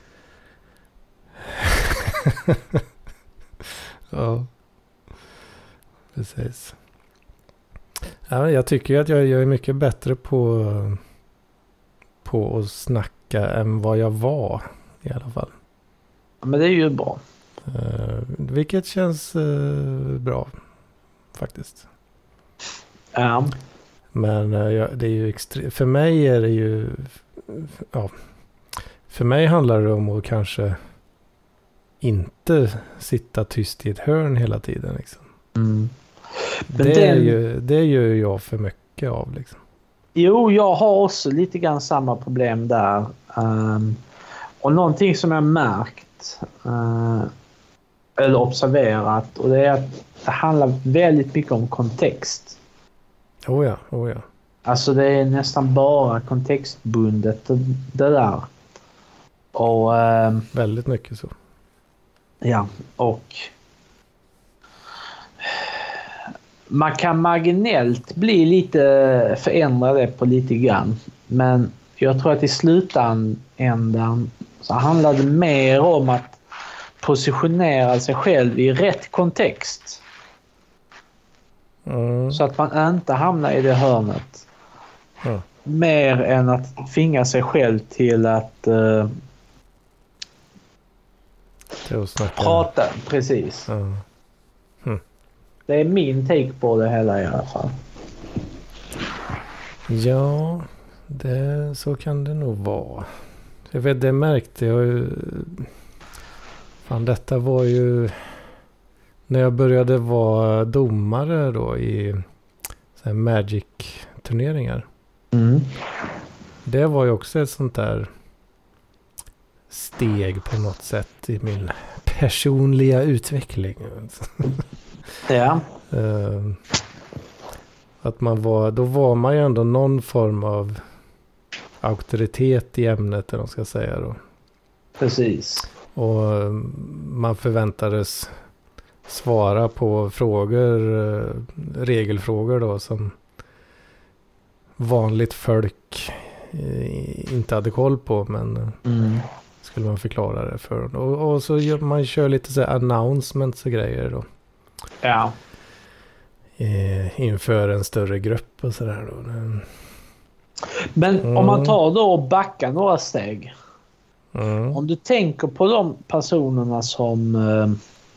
Ja, precis. Ja, jag tycker att jag, jag är mycket bättre på, på att snacka än vad jag var i alla fall. Ja, men det är ju bra. Uh, vilket känns uh, bra faktiskt. Ja. Men uh, ja, det är ju extre- för mig är det ju ja, för mig handlar det om att kanske inte sitta tyst i ett hörn hela tiden liksom. Mm. Det, den... är ju, det gör jag för mycket av liksom. Jo, jag har också lite grann samma problem där. Um, och någonting som jag märkt uh, eller observerat, och det är att det handlar väldigt mycket om kontext. Oh ja, oh ja. Alltså det är nästan bara kontextbundet det, det där. Och uh, väldigt mycket så. Ja, och man kan marginellt bli lite förändrade på lite grann. Men jag tror att i slutändan så handlar det mer om att positionera sig själv i rätt kontext. Mm. Så att man inte hamnar i det hörnet. Mm. Mer än att tvinga sig själv till att uh, prata, precis. Mm. Mm. Det är min take på det hela i alla fall. Ja, det, så kan det nog vara. Jag vet, det märkte jag ju. Fan, detta var ju när jag började vara domare då i så här Magic-turneringar. Mm. Det var ju också ett sånt där steg på något sätt i min personliga utveckling. Ja. uh, att man var, då var man ju ändå någon form av auktoritet i ämnet, eller vad man ska säga då. Precis. Och uh, man förväntades svara på frågor, uh, regelfrågor då, som vanligt folk uh, inte hade koll på, men uh, mm. skulle man förklara det för. Och, och så gör man kör lite så här announcements och grejer då. Ja. Eh, inför en större grupp och sådär då. Men Mm. om man tar då och backar några steg. Mm. Om du tänker på de personerna som eh,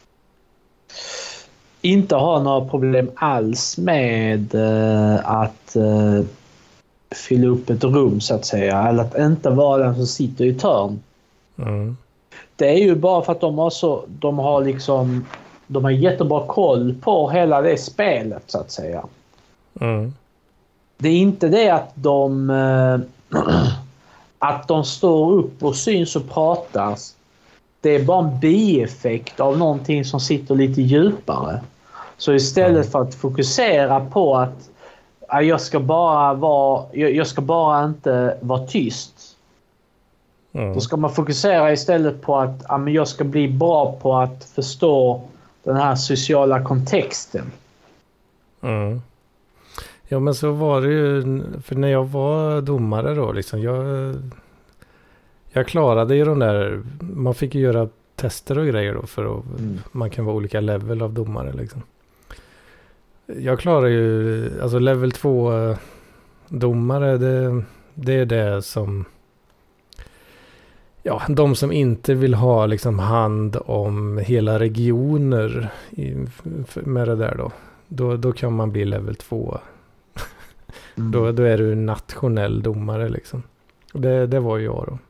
inte har några problem alls med eh, att eh, fylla upp ett rum så att säga. Eller att inte vara den som sitter i törn. Mm. Det är ju bara för att de har så, de har liksom, de har jättebra koll på hela det spelet så att säga. Mm. Det är inte det att de eh, att de står upp och syns och pratar. Det är bara en bieffekt av någonting som sitter lite djupare. Så istället Mm. för att fokusera på att ja, jag ska bara vara, jag, jag ska bara inte vara tyst. Mm. Då ska man fokusera istället på att ja, men jag ska bli bra på att förstå den här sociala kontexten. Mm. Ja, men så var det ju, för när jag var domare då liksom, jag, jag klarade ju de där, man fick ju göra tester och grejer då för att Mm. man kan vara olika level av domare liksom. Jag klarar ju, alltså level två domare, det, det är det som, ja, de som inte vill ha liksom hand om hela regioner i, med det där då. Då, då kan man bli level två. Mm. Då, då är du nationell domare liksom. Det, det var ju jag då.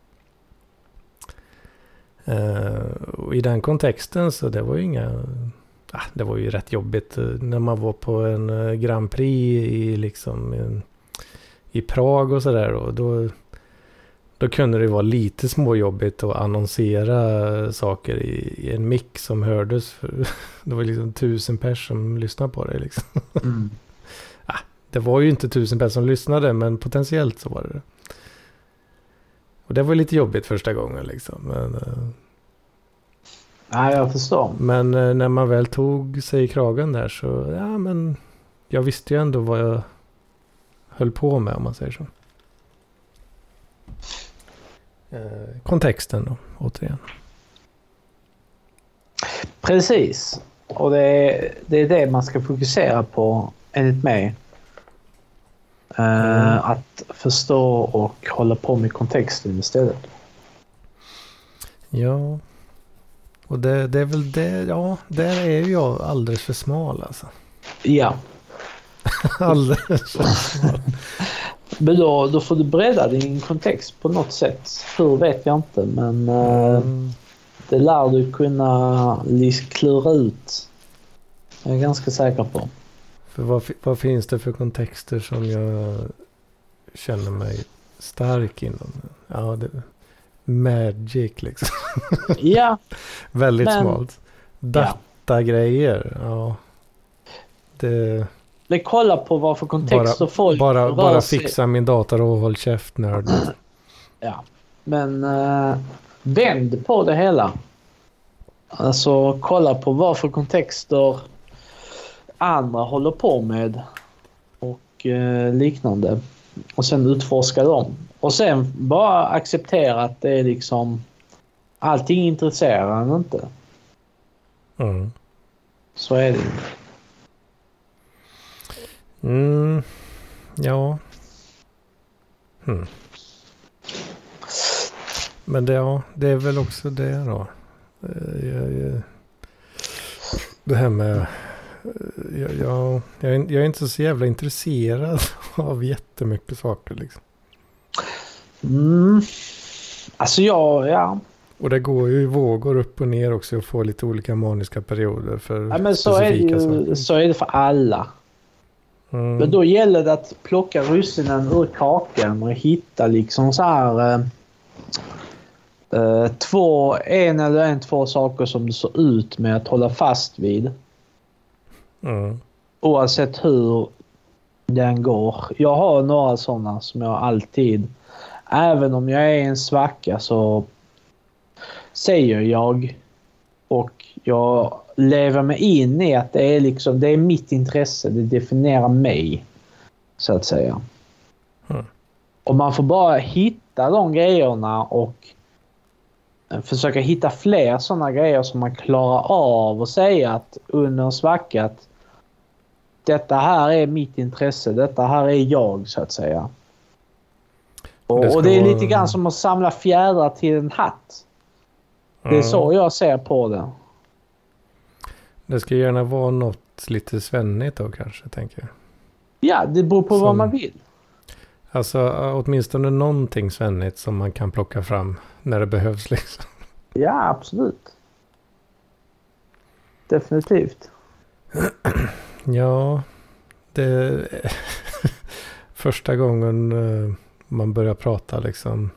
Uh, och i den kontexten så det var ju inga... Ah, det var ju rätt jobbigt uh, när man var på en uh, Grand Prix i, liksom, in, i Prag och sådär. Då, då, då kunde det vara lite småjobbigt att annonsera saker i, i en mick som hördes. För, det var liksom tusen pers som lyssnade på det liksom. Mm. Det var ju inte tusen personer som lyssnade, men potentiellt så var det det. Och det var lite jobbigt första gången liksom. Men, uh, Ja, jag förstår. men uh, när man väl tog sig i kragen där så, ja men jag visste ju ändå vad jag höll på med om man säger så. Uh, kontexten då, återigen. Precis. Och det är, det är det man ska fokusera på enligt mig. Uh, Mm. Att förstå och hålla på med kontexten istället. Ja. Och det, det är väl det, ja, där är ju jag alldeles för smal alltså. Ja. Alldeles för smal. Men då, då får du bredda din kontext på något sätt. Hur vet jag inte, men uh, Mm. det lär du kunna klura ut. Jag är ganska säker på. För vad, fi- vad finns det för kontexter som jag känner mig stark inom? Ja, det, magic liksom. Ja, Väldigt men- smalt. Datagrejer, ja. Det, men kolla på vad för kontext och folk bara, rör bara sig. fixa min dator och håll käft nörd. Ja, men uh, vänd på det hela. Alltså kolla på vad för kontexter andra håller på med och uh, liknande. Och sen utforska dem. Och sen bara acceptera att det är liksom allting intresserar en inte. Mm. Så är det. Mm. Ja. Hmm. Men det, ja, det är väl också det då. Eh, Jag, jag, det här med... eh, Jag, jag, jag, är, jag är inte så jävla intresserad av jättemycket saker liksom. Mm. Alltså jag, ja. Och det går ju i vågor upp och ner också och få lite olika maniska perioder för ja men så är, det specifika ju, saker. så är det för alla. Mm. Men då gäller det att plocka russinen ur kakan och hitta liksom så här eh, eh, två, en eller en, två saker som det ser ut med att hålla fast vid. Mm. Oavsett hur den går. Jag har några sådana som jag alltid, även om jag är i en svacka så säger jag och jag lever mig in i att det är liksom, det är mitt intresse, det definierar mig så att säga. Mm. Och man får bara hitta de grejerna och försöka hitta fler sådana grejer som man klarar av och säga att under en svacka att detta här är mitt intresse, detta här är jag så att säga. Och det, det, och det är vara... lite grann som att samla fjädrar till en hatt. Det är mm. så jag ser på det. Det ska gärna vara något lite svennigt då kanske, tänker jag. Ja, det beror på som... vad man vill. Alltså åtminstone någonting svennigt som man kan plocka fram när det behövs liksom. Ja, absolut. Definitivt. Ja, det första gången man börjar prata liksom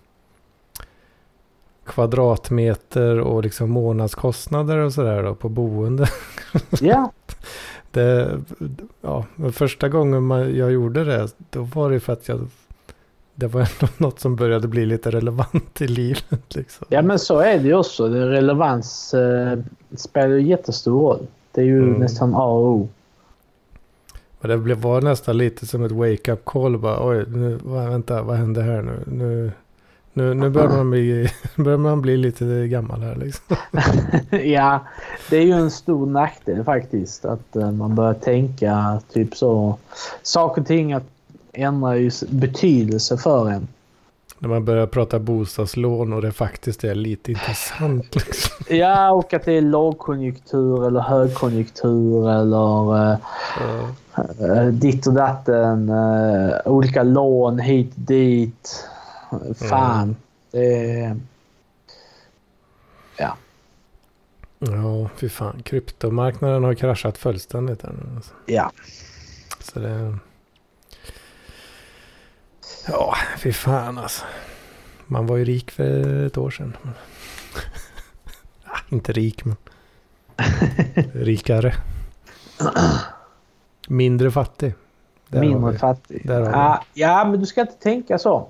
kvadratmeter och liksom månadskostnader och sådär då på boende. Ja. det, ja, men första gången man, jag gjorde det, då var det för att jag det var ändå något som började bli lite relevant i livet liksom. Ja, men så är det ju också. Det relevans eh, spelar ju jättestor roll. Det är ju mm. nästan A och O. Men det var nästan lite som ett wake-up call. Bara, oj, nu, vänta, vad händer här nu? Nu, nu, nu börjar, man bli, börjar man bli lite gammal här liksom. Ja, det är ju en stor nackdel faktiskt. Att uh, man börjar tänka typ så. Saker och ting att ändra ju betydelse för en. När man börjar prata bostadslån och det faktiskt är lite intressant. Liksom. Ja, och att det är lågkonjunktur eller högkonjunktur eller uh, uh, ditt och datten. Uh, olika lån hit dit. Fan. Mm. Det är... Ja. Ja, fy fan. Kryptomarknaden har kraschat fullständigt här nu. Alltså. Ja. Så det... Ja, fy fan alltså. Man var ju rik för ett år sedan. Ja, inte rik, men rikare. Mindre fattig. Där Mindre fattig. Där ja, ja, men du ska inte tänka så.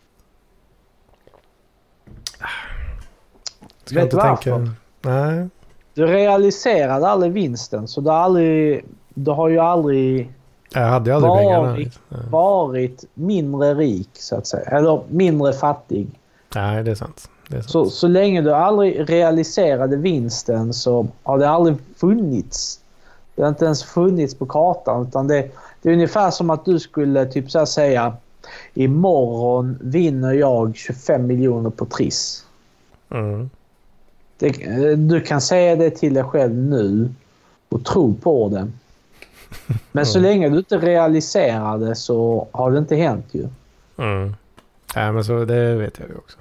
Ska Vet du varför? Tänka... Nej. Du realiserade aldrig vinsten, så du har, aldrig, du har ju aldrig... Jag hade ju aldrig varit, pengarna. Varit mindre rik så att säga. Eller mindre fattig. Nej, det är sant. Det är sant. Så, så länge du aldrig realiserade vinsten så har det aldrig funnits. Det har inte ens funnits på kartan. Utan det, det är ungefär som att du skulle typ så här säga: imorgon vinner jag tjugofem miljoner på Triss. Mm. Det, du kan säga det till dig själv nu och tro på det. Men så mm. länge du inte realiserar det så har det inte hänt ju. Mm. Ja, men så det vet jag ju också.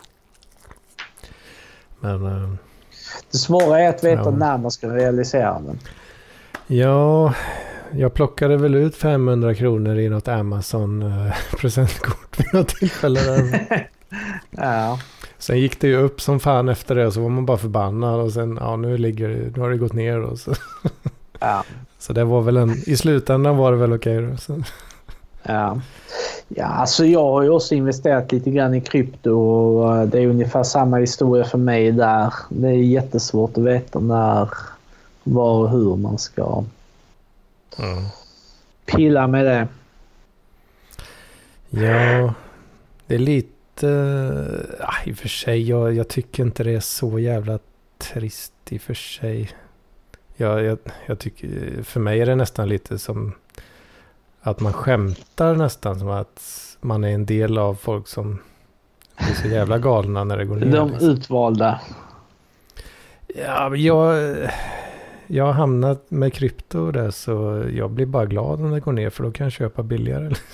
Men... Uh, det svåra är att veta ja. när man ska realisera den. Ja, jag plockade väl ut femhundra kronor i något Amazon uh, presentkort vid något tillfälle där. Ja. Sen gick det ju upp som fan efter det, så var man bara förbannad och sen, ja nu ligger det, nu har det gått ner och så. Ja. Så det var väl en, i slutändan var det väl okej då. Så. Ja. Ja, alltså jag har ju också investerat lite grann i krypto och det är ungefär samma historia för mig där. Det är jättesvårt att veta när, var och hur man ska mm. pilla med det. Ja, det är lite ja, i och för sig, jag, jag tycker inte det är så jävla trist i och för sig. Jag, jag, jag tycker, för mig är det nästan lite som att man skämtar nästan som att man är en del av folk som blir så jävla galna när det går ner. De liksom. Utvalda. Ja, jag, jag har hamnat med krypto där, så jag blir bara glad om det går ner, för då kan jag köpa billigare. Liksom.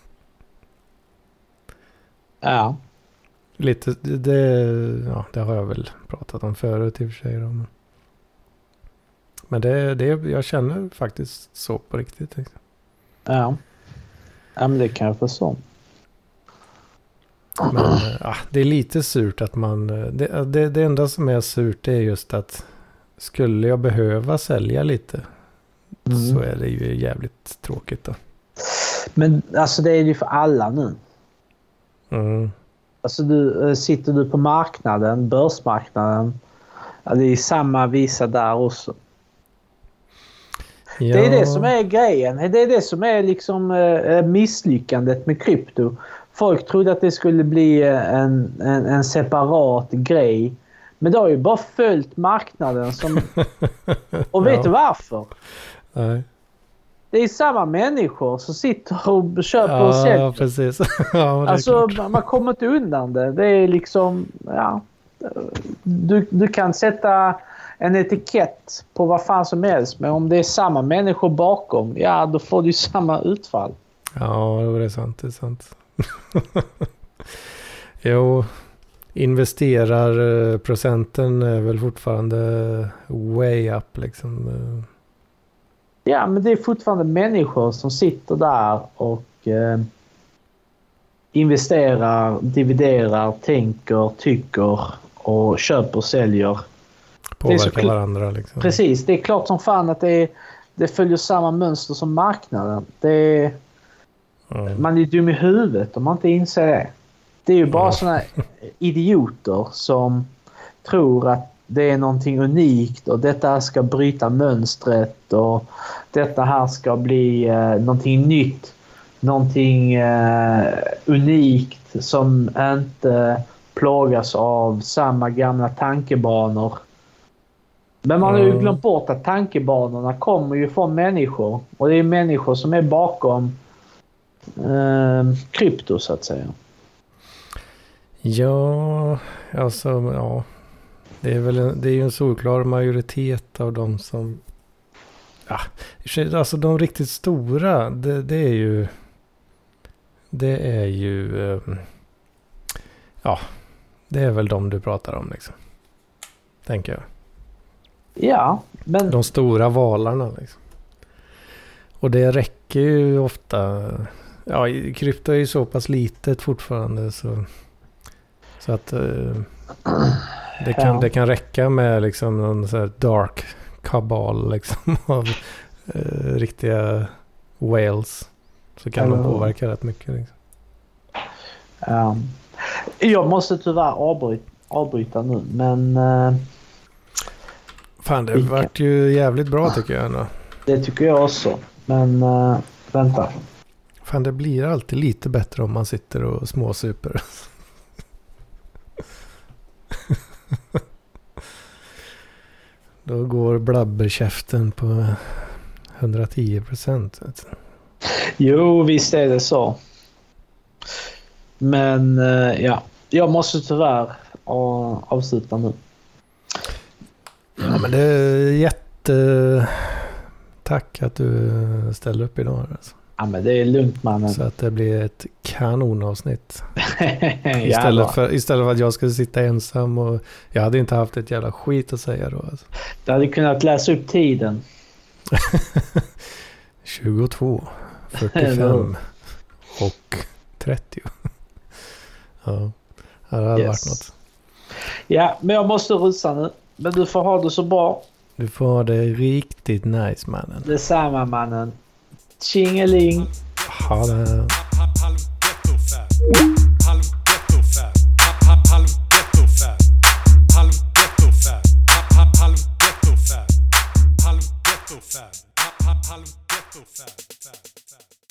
Ja. Lite, det, ja, det har jag väl pratat om förut i och för sig. Då. Men det, det, jag känner faktiskt så på riktigt. Liksom. Ja. Ja, men det kan jag förstå. Men ja, det är lite surt att man... Det, det, det enda som är surt är just att skulle jag behöva sälja lite mm. så är det ju jävligt tråkigt då. Men alltså det är ju för alla nu. Mm. Alltså du, sitter du på marknaden, börsmarknaden, ja, det är samma visa där också. Ja. Det är det som är grejen. Det är det som är liksom eh, misslyckandet med krypto. Folk trodde att det skulle bli en, en, en separat grej. Men det har ju bara följt marknaden. Som... Och vet ja. du varför? Nej. det är samma människor som sitter och köper ja, och säljer. Ja, precis. Ja, alltså, man kommer inte undan det. Det är liksom, ja. Du, du kan sätta en etikett på vad fan som helst. Men om det är samma människor bakom, ja, då får du samma utfall. Ja, det är sant. Det är sant. Jo, investerar procenten är väl fortfarande way up liksom. Ja, men det är fortfarande människor som sitter där och eh, investerar, dividerar, tänker, tycker och köper och säljer. Påverkar kl- varandra liksom. Precis, det är klart som fan att det, är, det följer samma mönster som marknaden. Det är, mm. Man är dum i huvudet om man inte inser det. Det är ju bara mm. såna idioter som tror att det är någonting unikt och detta ska bryta mönstret och detta här ska bli eh, någonting nytt. Någonting eh, unikt som inte plågas av samma gamla tankebanor. Men man har ju glömt bort att tankebanorna kommer ju från människor. Och det är människor som är bakom eh, krypto så att säga. Ja, alltså ja. Det är väl en, det är ju en solklar majoritet av de som ja, alltså de riktigt stora det, det är ju det är ju um, ja, det är väl de du pratar om liksom. Tänker jag. Ja, men de stora valarna liksom. Och det räcker ju ofta ja, krypto är ju så pass litet fortfarande så så att uh, det kan ja. det kan räcka med liksom någon så här dark kabal liksom av uh, riktiga whales så kan Eller, de påverka rätt mycket liksom. Um, jag måste tyvärr avbryta, avbryta nu men uh, fan, det vart ju jävligt bra tycker jag ändå. Det tycker jag också. Men uh, vänta. Fan, det blir alltid lite bättre om man sitter och småsuper. Då går blabberkäften på hundratio procent. Jo, visst är det så. Men uh, ja, jag måste tyvärr uh, avsluta nu. Ja, men det är jätte tack att du ställer upp idag alltså. Ja, men det är lugnt mannen. Så att det blir ett kanonavsnitt. istället, för, istället för att jag skulle sitta ensam och jag hade inte haft ett jävla skit att säga då alltså. Du hade kunnat läsa upp tiden. tjugotvå, fyrtiofem och trettio. Ja, det hade yes. varit något. Ja, men jag måste rusa nu. Men du får ha det så bra. Du får ha det riktigt nice, mannen. Detsamma, mannen. Tjingeling. Ha det. Halv